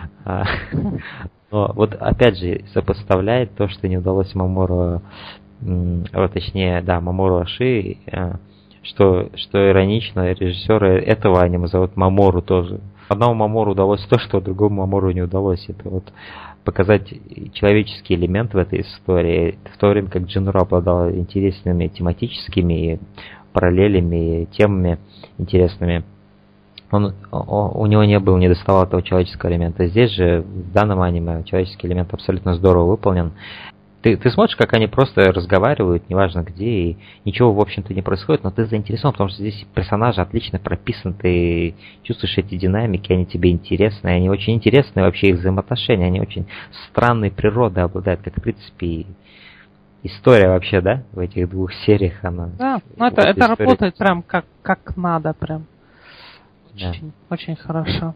Но вот опять же сопоставляет то, что не удалось Мамору, вот, точнее, да, Мамору Аши, что, что иронично, режиссера этого аниме зовут Мамору тоже. Одному Мамору удалось то, что другому Мамору не удалось. Это вот показать человеческий элемент в этой истории, в то время как Джин-Ро обладал интересными тематическими параллелями, темами интересными. Он, у него не было, не доставало этого человеческого элемента. Здесь же, в данном аниме, человеческий элемент абсолютно здорово выполнен. Ты, ты смотришь, как они просто разговаривают, неважно где, и ничего, в общем-то, не происходит, но ты заинтересован, потому что здесь персонажи отлично прописаны, ты чувствуешь эти динамики, они тебе интересны, они очень интересны, вообще их взаимоотношения, они очень странной природой обладают, как, в принципе, и история вообще, да, в этих двух сериях, она... Да, ну это, это история... работает прям как, как надо, прям. Очень, да. Очень хорошо.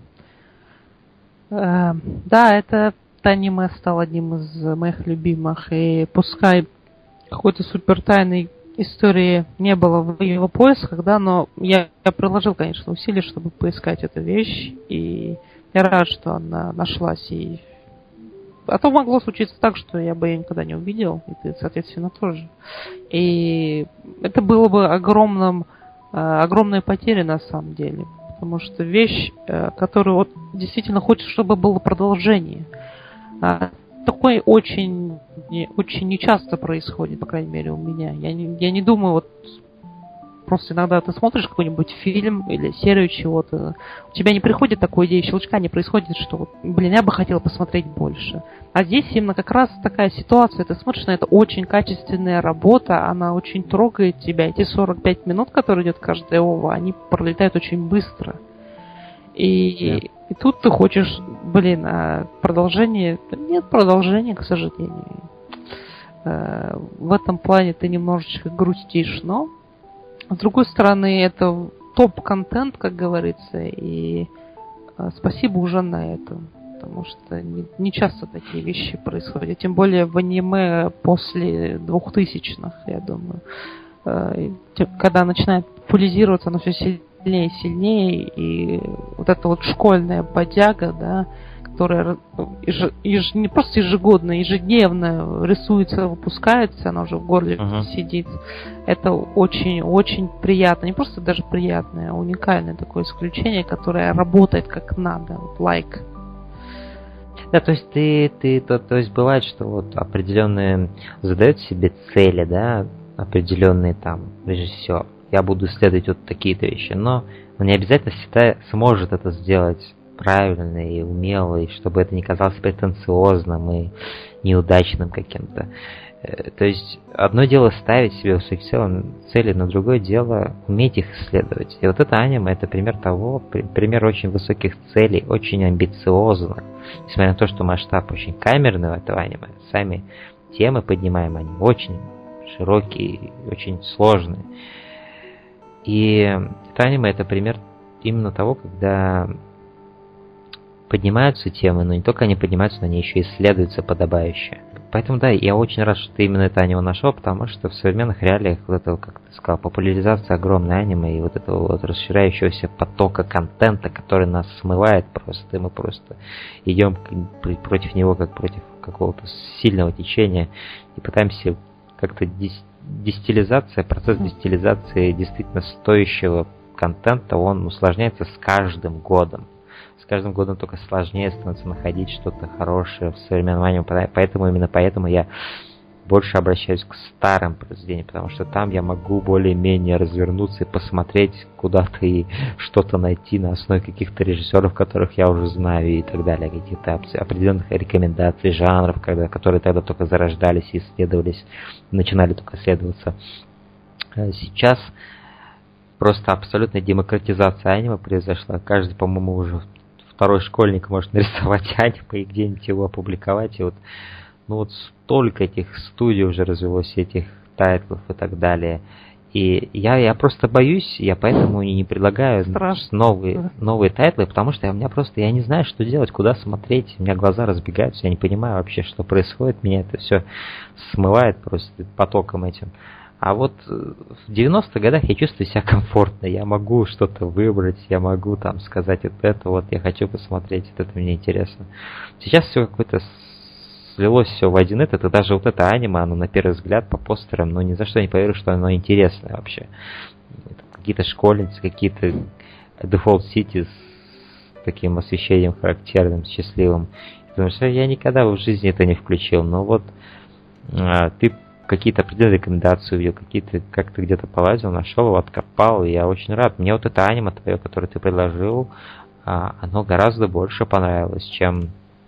Э, да, это аниме стал одним из моих любимых, и пускай какой-то супер тайной истории не было в его поисках, да, но я, я приложил, конечно, усилия, чтобы поискать эту вещь, и я рад, что она нашлась. И... А то могло случиться так, что я бы ее никогда не увидел, и ты, соответственно, тоже. И это было бы огромным, огромной потерей на самом деле. Потому что вещь, которую вот действительно хочешь, чтобы было продолжение. Такое очень, очень нечасто происходит, по крайней мере, у меня. Я не, я не думаю, вот просто иногда ты смотришь какой-нибудь фильм или серию чего-то, у тебя не приходит такой идеи щелчка, не происходит, что, блин, я бы хотела посмотреть больше. А здесь именно как раз такая ситуация, ты смотришь на это, очень качественная работа, она очень трогает тебя. Эти сорок пять минут, которые идет каждая ова, они пролетают очень быстро. И, yeah. и тут ты хочешь, блин, а продолжение... Нет продолжения, к сожалению. В этом плане ты немножечко грустишь, но с другой стороны, это топ-контент, как говорится, и спасибо уже на это. Потому что не, не часто такие вещи происходят. Тем более в аниме после двухтысячных, я думаю. Когда начинает популяризироваться, оно все сильнее сильнее и сильнее, и вот эта вот школьная бодяга, да, которая еж, еж, не просто ежегодно, ежедневно рисуется, выпускается, она уже в горле uh-huh. сидит. Это очень-очень приятно. Не просто даже приятное, а уникальное такое исключение, которое работает как надо. Вот лайк. Да, то есть ты, ты то, то есть бывает, что вот определенные задают себе цели, да, определенные там режиссер. Я буду исследовать вот такие-то вещи, но он не обязательно всегда сможет это сделать правильно и умело, и чтобы это не казалось претенциозным и неудачным каким-то. То есть одно дело ставить себе высокие цели, но другое дело уметь их исследовать. И вот это аниме, это пример того, пример очень высоких целей, очень амбициозно. Несмотря на то, что масштаб очень камерный в этого аниме, сами темы поднимаем, они очень широкие, очень сложные. И это аниме, это пример именно того, когда поднимаются темы, но не только они поднимаются, но они еще исследуются подобающе. Поэтому, да, я очень рад, что ты именно это аниме нашел, потому что в современных реалиях вот этого, как ты сказал, популяризация огромной аниме и вот этого вот расширяющегося потока контента, который нас смывает просто, и мы просто идем против него, как против какого-то сильного течения, и пытаемся как-то дис- дистилизация, процесс дистилизации действительно стоящего контента, он усложняется с каждым годом. С каждым годом только сложнее становится находить что-то хорошее в современном аниме, поэтому именно поэтому я больше обращаюсь к старым произведениям, потому что там я могу более-менее развернуться и посмотреть куда-то и что-то найти на основе каких-то режиссеров, которых я уже знаю и так далее, каких-то определенных рекомендаций, жанров, когда, которые тогда только зарождались и исследовались, начинали только исследоваться. Сейчас просто абсолютная демократизация аниме произошла. Каждый, по-моему, уже второй школьник может нарисовать аниме и где-нибудь его опубликовать. И вот, ну вот столько этих студий уже развелось, этих тайтлов и так далее. И я, я просто боюсь, я поэтому и не предлагаю новые, новые тайтлы, потому что у меня просто, я не знаю, что делать, куда смотреть, у меня глаза разбегаются, я не понимаю вообще, что происходит, меня это все смывает просто потоком этим. А вот в девяностых годах я чувствую себя комфортно, я могу что-то выбрать, я могу там сказать вот это, вот я хочу посмотреть, вот это мне интересно. Сейчас все какое-то слилось все в один этот, и даже вот это аниме, оно на первый взгляд по постерам, ну ни за что не поверю, что оно интересное вообще. Это какие-то школьницы, какие-то Default City с таким освещением характерным, счастливым. Потому что я никогда в жизни это не включил, но вот а, ты какие-то определенные рекомендации увидел, какие-то, как ты где-то полазил, нашел его, откопал, и я очень рад. Мне вот это аниме твое, которое ты предложил, оно гораздо больше понравилось, чем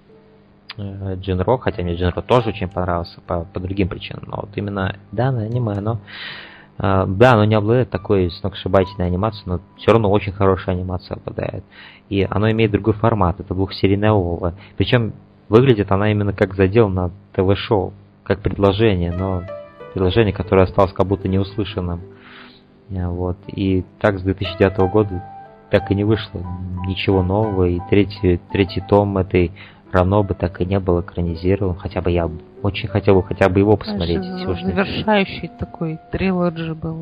Джинро, хотя мне Джинро тоже очень понравился по, по другим причинам, но вот именно данное аниме, оно, да, оно не обладает такой сногсшибательной анимацией, но все равно очень хорошая анимация обладает. И оно имеет другой формат, это двухсерийная ова. Причем выглядит она именно как задел на ТВ-шоу, как предложение, но предложение, которое осталось как будто неуслышанным. Вот. И так с две тысячи девятого года так и не вышло ничего нового, и третий, третий том этой Ранобы так и не был экранизирован, хотя бы я очень хотел бы хотя бы его посмотреть. Завершающий такой трилоджи был.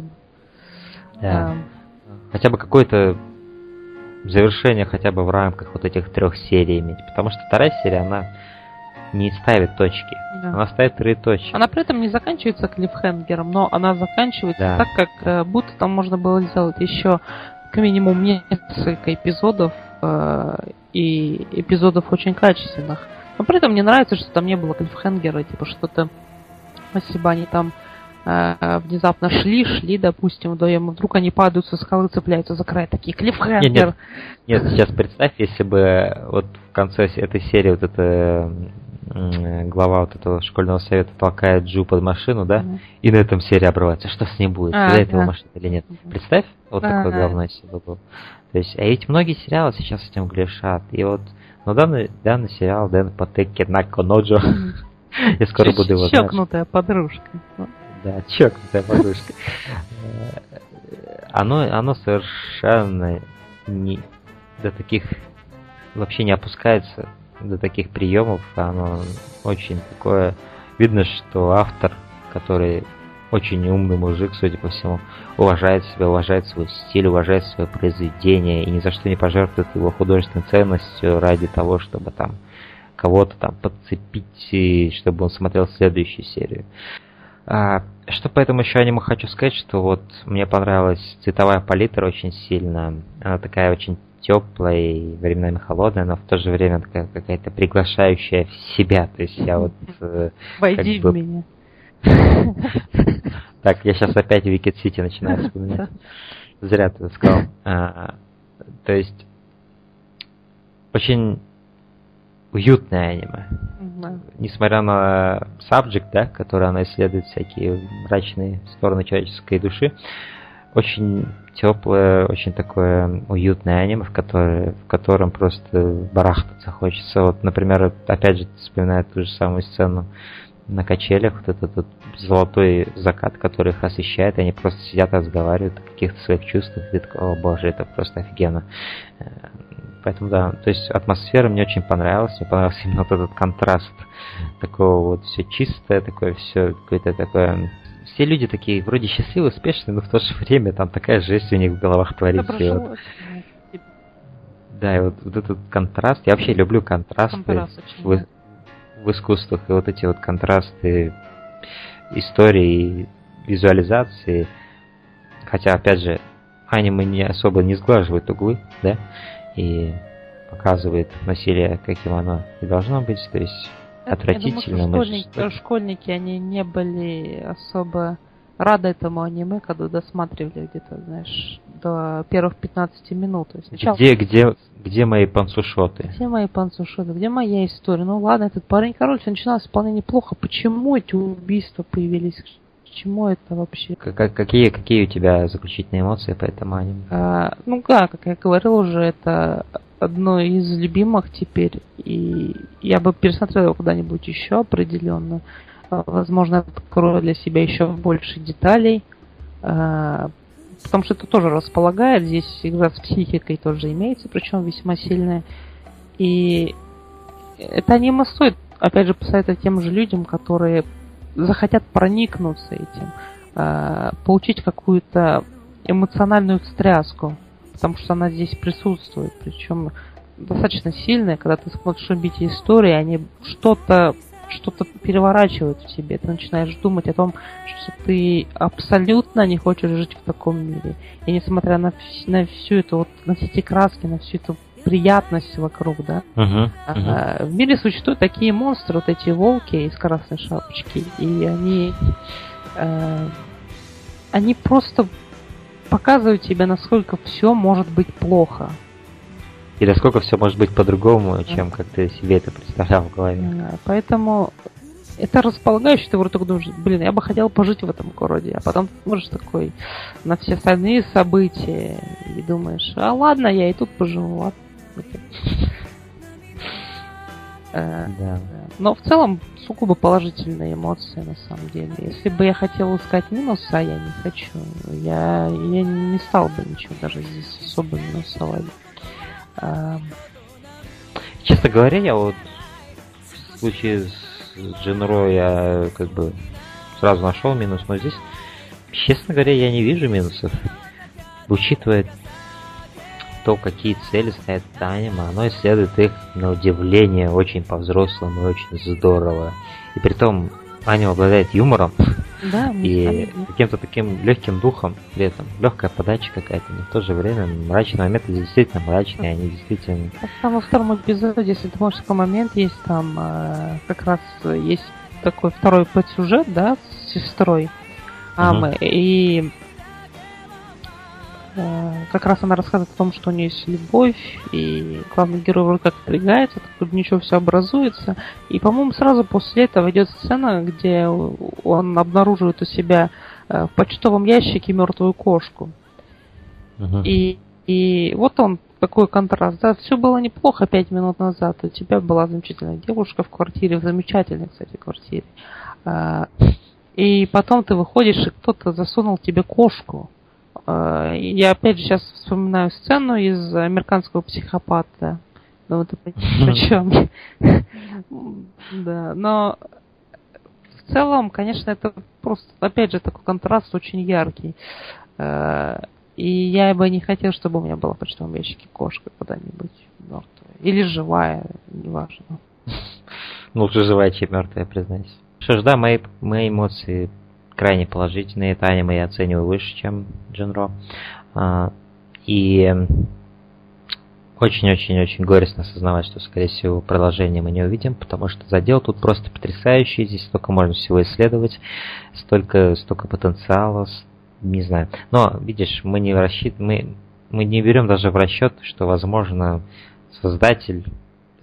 Да. А... Хотя бы какое-то завершение хотя бы в рамках вот этих трех серий иметь, потому что вторая серия, она не ставит точки. Да. Она ставит троеточие. Она при этом не заканчивается клиффхенгером, но она заканчивается да. так, как будто там можно было сделать еще как минимум несколько эпизодов, э, и эпизодов очень качественных. Но при этом мне нравится, что там не было клиффхенгера, типа что-то, если бы они там э, внезапно шли, шли, допустим, вдвоем, и вдруг они падают со скалы, цепляются за край, такие клиффхенгер. Нет, нет, нет, сейчас представь, если бы вот в конце этой серии вот эта глава вот этого школьного совета толкает Джу под машину, да, mm-hmm. и на этом серия обрывается. Что с ним будет? А, Куда да. его машина или нет? Mm-hmm. Представь, вот да, такое да. говно себе было. То есть, а ведь многие сериалы сейчас с этим грешат. И вот, ну, данный, данный сериал Дэн Патеки Наконоджо. Я скоро буду его знать. Чокнутая подружка. Да, чокнутая подружка. Оно, оно совершенно не до таких вообще не опускается до таких приемов, оно очень такое... Видно, что автор, который очень умный мужик, судя по всему, уважает себя, уважает свой стиль, уважает свое произведение и ни за что не пожертвует его художественной ценностью ради того, чтобы там кого-то там подцепить, и чтобы он смотрел следующую серию. А, что по этому еще аниме хочу сказать, что вот мне понравилась цветовая палитра очень сильно. Она такая очень теплая и временами холодная, но в то же время такая какая-то приглашающая в себя. То есть я вот... Войди в меня. Так, я сейчас опять Wicked City начинаю вспоминать. Зря ты сказал. То есть очень уютное аниме. Да. Несмотря на subject, да, который она исследует, всякие мрачные стороны человеческой души, очень теплое, очень такое уютное аниме, в, которое, в котором просто барахтаться хочется. Вот, например, опять же, вспоминаю ту же самую сцену на качелях, вот этот вот золотой закат, который их освещает, и они просто сидят и разговаривают о каких-то своих чувствах, и ты такой, о боже, это просто офигенно. Поэтому да, то есть атмосфера мне очень понравилась, мне понравился именно вот этот контраст такого вот все чистое, такое все какое-то такое. Все люди такие вроде счастливые, успешные, но в то же время там такая жесть у них в головах творится. И вот, да, и вот, вот этот контраст, я вообще люблю контрасты в, в искусствах, и вот эти вот контрасты истории, визуализации, хотя, опять же, аниме не особо не сглаживает углы, да, и показывает насилие, каким оно и должно быть, то есть отвратительно. Я думаю, что школьники, школьники, они не были особо рады этому аниме, когда досматривали где-то, знаешь, до первых пятнадцати минут. То есть сначала... Где, где, где мои панцушоты? Где мои панцушоты? Где моя история? Ну ладно, этот парень король, все начиналось вполне неплохо. Почему эти убийства появились? К чему это вообще? Как, какие, какие у тебя заключительные эмоции по этому аниме? А, ну да, как я говорил уже, это одно из любимых теперь. И я бы пересмотрела его куда-нибудь еще определенно. Возможно, открою для себя еще больше деталей. А, потому что это тоже располагает. Здесь игра с психикой тоже имеется, причем весьма сильная. И это аниме стоит, опять же, посоветовать тем же людям, которые захотят проникнуться этим, э, получить какую-то эмоциональную встряску, потому что она здесь присутствует, причем достаточно сильная, когда ты смотришь события истории, они что-то что-то переворачивают в тебе, ты начинаешь думать о том, что ты абсолютно не хочешь жить в таком мире, и несмотря на, вс- на всю эту вот, на все эти краски, на всю эту приятность вокруг, да. Uh-huh, uh-huh. А, в мире существуют такие монстры, вот эти волки из красной шапочки, и они, э, они просто показывают тебе, насколько все может быть плохо. И насколько все может быть по-другому, чем как ты себе это представлял в голове. А, поэтому это располагающе, ты вроде такой думаешь, блин, я бы хотел пожить в этом городе, а потом ты смотришь такой на все остальные события и думаешь, а ладно, я и тут поживу, ладно. Да. Но в целом сугубо положительные эмоции на самом деле. Если бы я хотел искать минусы, а я не хочу, я, я не стал бы ничего даже здесь особо минусовать. А... Честно говоря, я вот в случае с Джинро я как бы сразу нашел минус, но здесь, честно говоря, я не вижу минусов. Учитывая то, какие цели ставит это аниме, оно исследует их на удивление очень по-взрослому и очень здорово. И при том аниме обладает юмором, да, и каким-то таким легким духом, при этом легкая подача какая-то, но в то же время мрачные моменты действительно мрачные, они действительно... Там во втором эпизоде, если ты можешь, такой момент есть, там э, как раз есть такой второй подсюжет, да, с сестрой Амы, uh-huh. и как раз она рассказывает о том, что у нее есть любовь, и главный герой вроде как напрягается, тут ничего все образуется. И, по-моему, сразу после этого идет сцена, где он обнаруживает у себя в почтовом ящике мертвую кошку. Uh-huh. И, и вот он, такой контраст. Да, все было неплохо пять минут назад. У тебя была замечательная девушка в квартире, в замечательной, кстати, квартире. И потом ты выходишь, и кто-то засунул тебе кошку. Я опять же сейчас вспоминаю сцену из «Американского психопата». Ну, ты понимаешь, о чем? Да, но в целом, конечно, это просто, опять же, такой контраст очень яркий. И я бы не хотел, чтобы у меня была в почтовом ящике кошка куда-нибудь мертвая. Или живая, неважно. Ну, лучше живая, чем мертвая, признайся. Что ж, да, мои, мои эмоции крайне положительные. Это аниме я оцениваю выше, чем Джинро. А, и очень-очень-очень горестно осознавать, что, скорее всего, продолжение мы не увидим, потому что задел тут просто потрясающий. Здесь столько можно всего исследовать, столько, столько потенциала, не знаю. Но, видишь, мы не рассчит... мы, мы не берем даже в расчет, что, возможно, создатель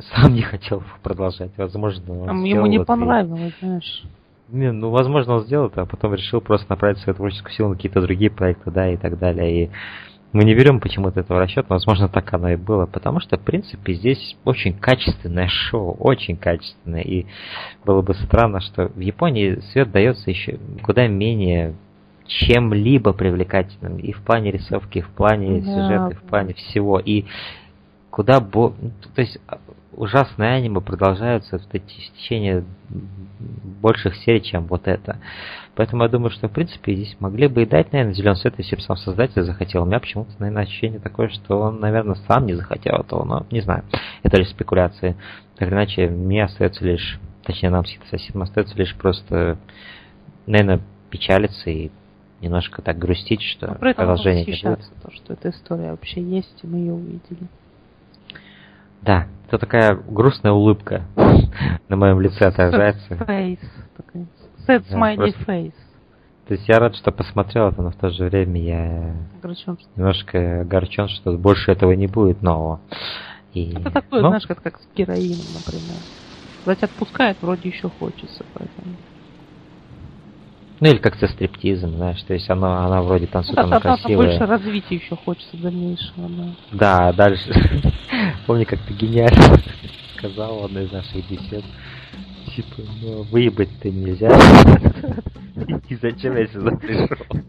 сам не хотел продолжать. Возможно, он а ему не вот понравилось, и... знаешь. Не, ну, возможно, он сделал это, а потом решил просто направить свою творческую силу на какие-то другие проекты, да, и так далее. И мы не берем почему-то этого расчета, но, возможно, так оно и было, потому что, в принципе, здесь очень качественное шоу, очень качественное, и было бы странно, что в Японии свет дается еще куда менее чем-либо привлекательным, и в плане рисовки, и в плане да. сюжета, и в плане всего, и куда бо... то есть ужасные аниме продолжаются в течение больших серий, чем вот это. Поэтому я думаю, что, в принципе, здесь могли бы и дать, наверное, зеленый свет, если бы сам создатель захотел. У меня почему-то, наверное, ощущение такое, что он, наверное, сам не захотел этого, но не знаю. Это лишь спекуляции. Так или иначе, мне остается лишь, точнее, нам с соседом остается лишь просто, наверное, печалиться и немножко так грустить, что при этом продолжение не будет. То, что эта история вообще есть, и мы ее увидели. Да, это такая грустная улыбка на моем лице отражается. Face, такой sad smiley просто... face. То есть я рад, что посмотрел это, но в то же время я огорчен, что... немножко огорчен, что больше этого не будет нового. И... Это такое, ну... знаешь, как, как с героином, например. Кстати, отпускает, вроде еще хочется, поэтому... Ну или как со стриптизом, знаешь, то есть она, она вроде танцует, ну, она да, красивая. Больше развития еще хочется дальнейшего, да. Да, дальше. Помню, как ты гениально сказал в одной из наших бесед. Типа, ну, выебать-то нельзя. И зачем я сюда пришел?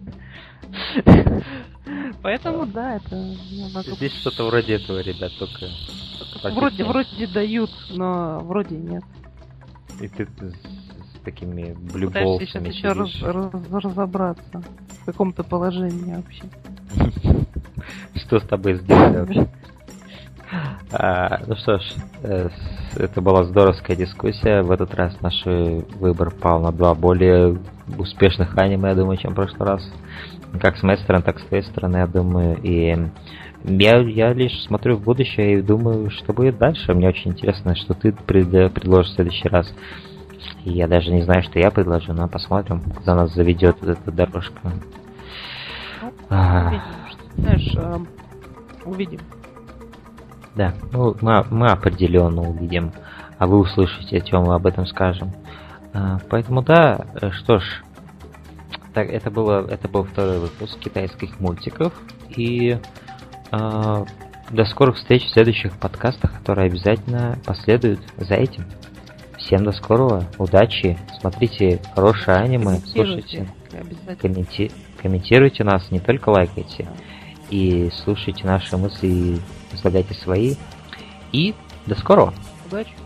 Поэтому, да, это... Здесь что-то вроде этого, ребят, только... Вроде, вроде дают, но вроде нет. И ты с такими блюболсами сейчас еще раз, раз, разобраться в каком-то положении вообще. Что с тобой сделали вообще? А, ну что ж, это была здоровская дискуссия. В этот раз наш выбор пал на два более успешных аниме, я думаю, чем в прошлый раз. Как с моей стороны, так и с твоей стороны, я думаю. И я, я лишь смотрю в будущее и думаю, что будет дальше. Мне очень интересно, что ты пред, предложишь в следующий раз. И я даже не знаю, что я предложу, но посмотрим, куда нас заведет вот эта дорожка. Ну, а... увидим, что, знаешь, э, увидим. Да, ну мы, мы определенно увидим, а вы услышите, о чем мы об этом скажем. А, поэтому да, что ж, так это было, это был второй выпуск китайских мультиков, и а, до скорых встреч в следующих подкастах, которые обязательно последуют за этим. Всем до скорого, удачи, смотрите хорошее аниме, слушайте, комменти... комментируйте нас, не только лайкайте, и слушайте наши мысли, излагайте свои. И до скорого. Удачи.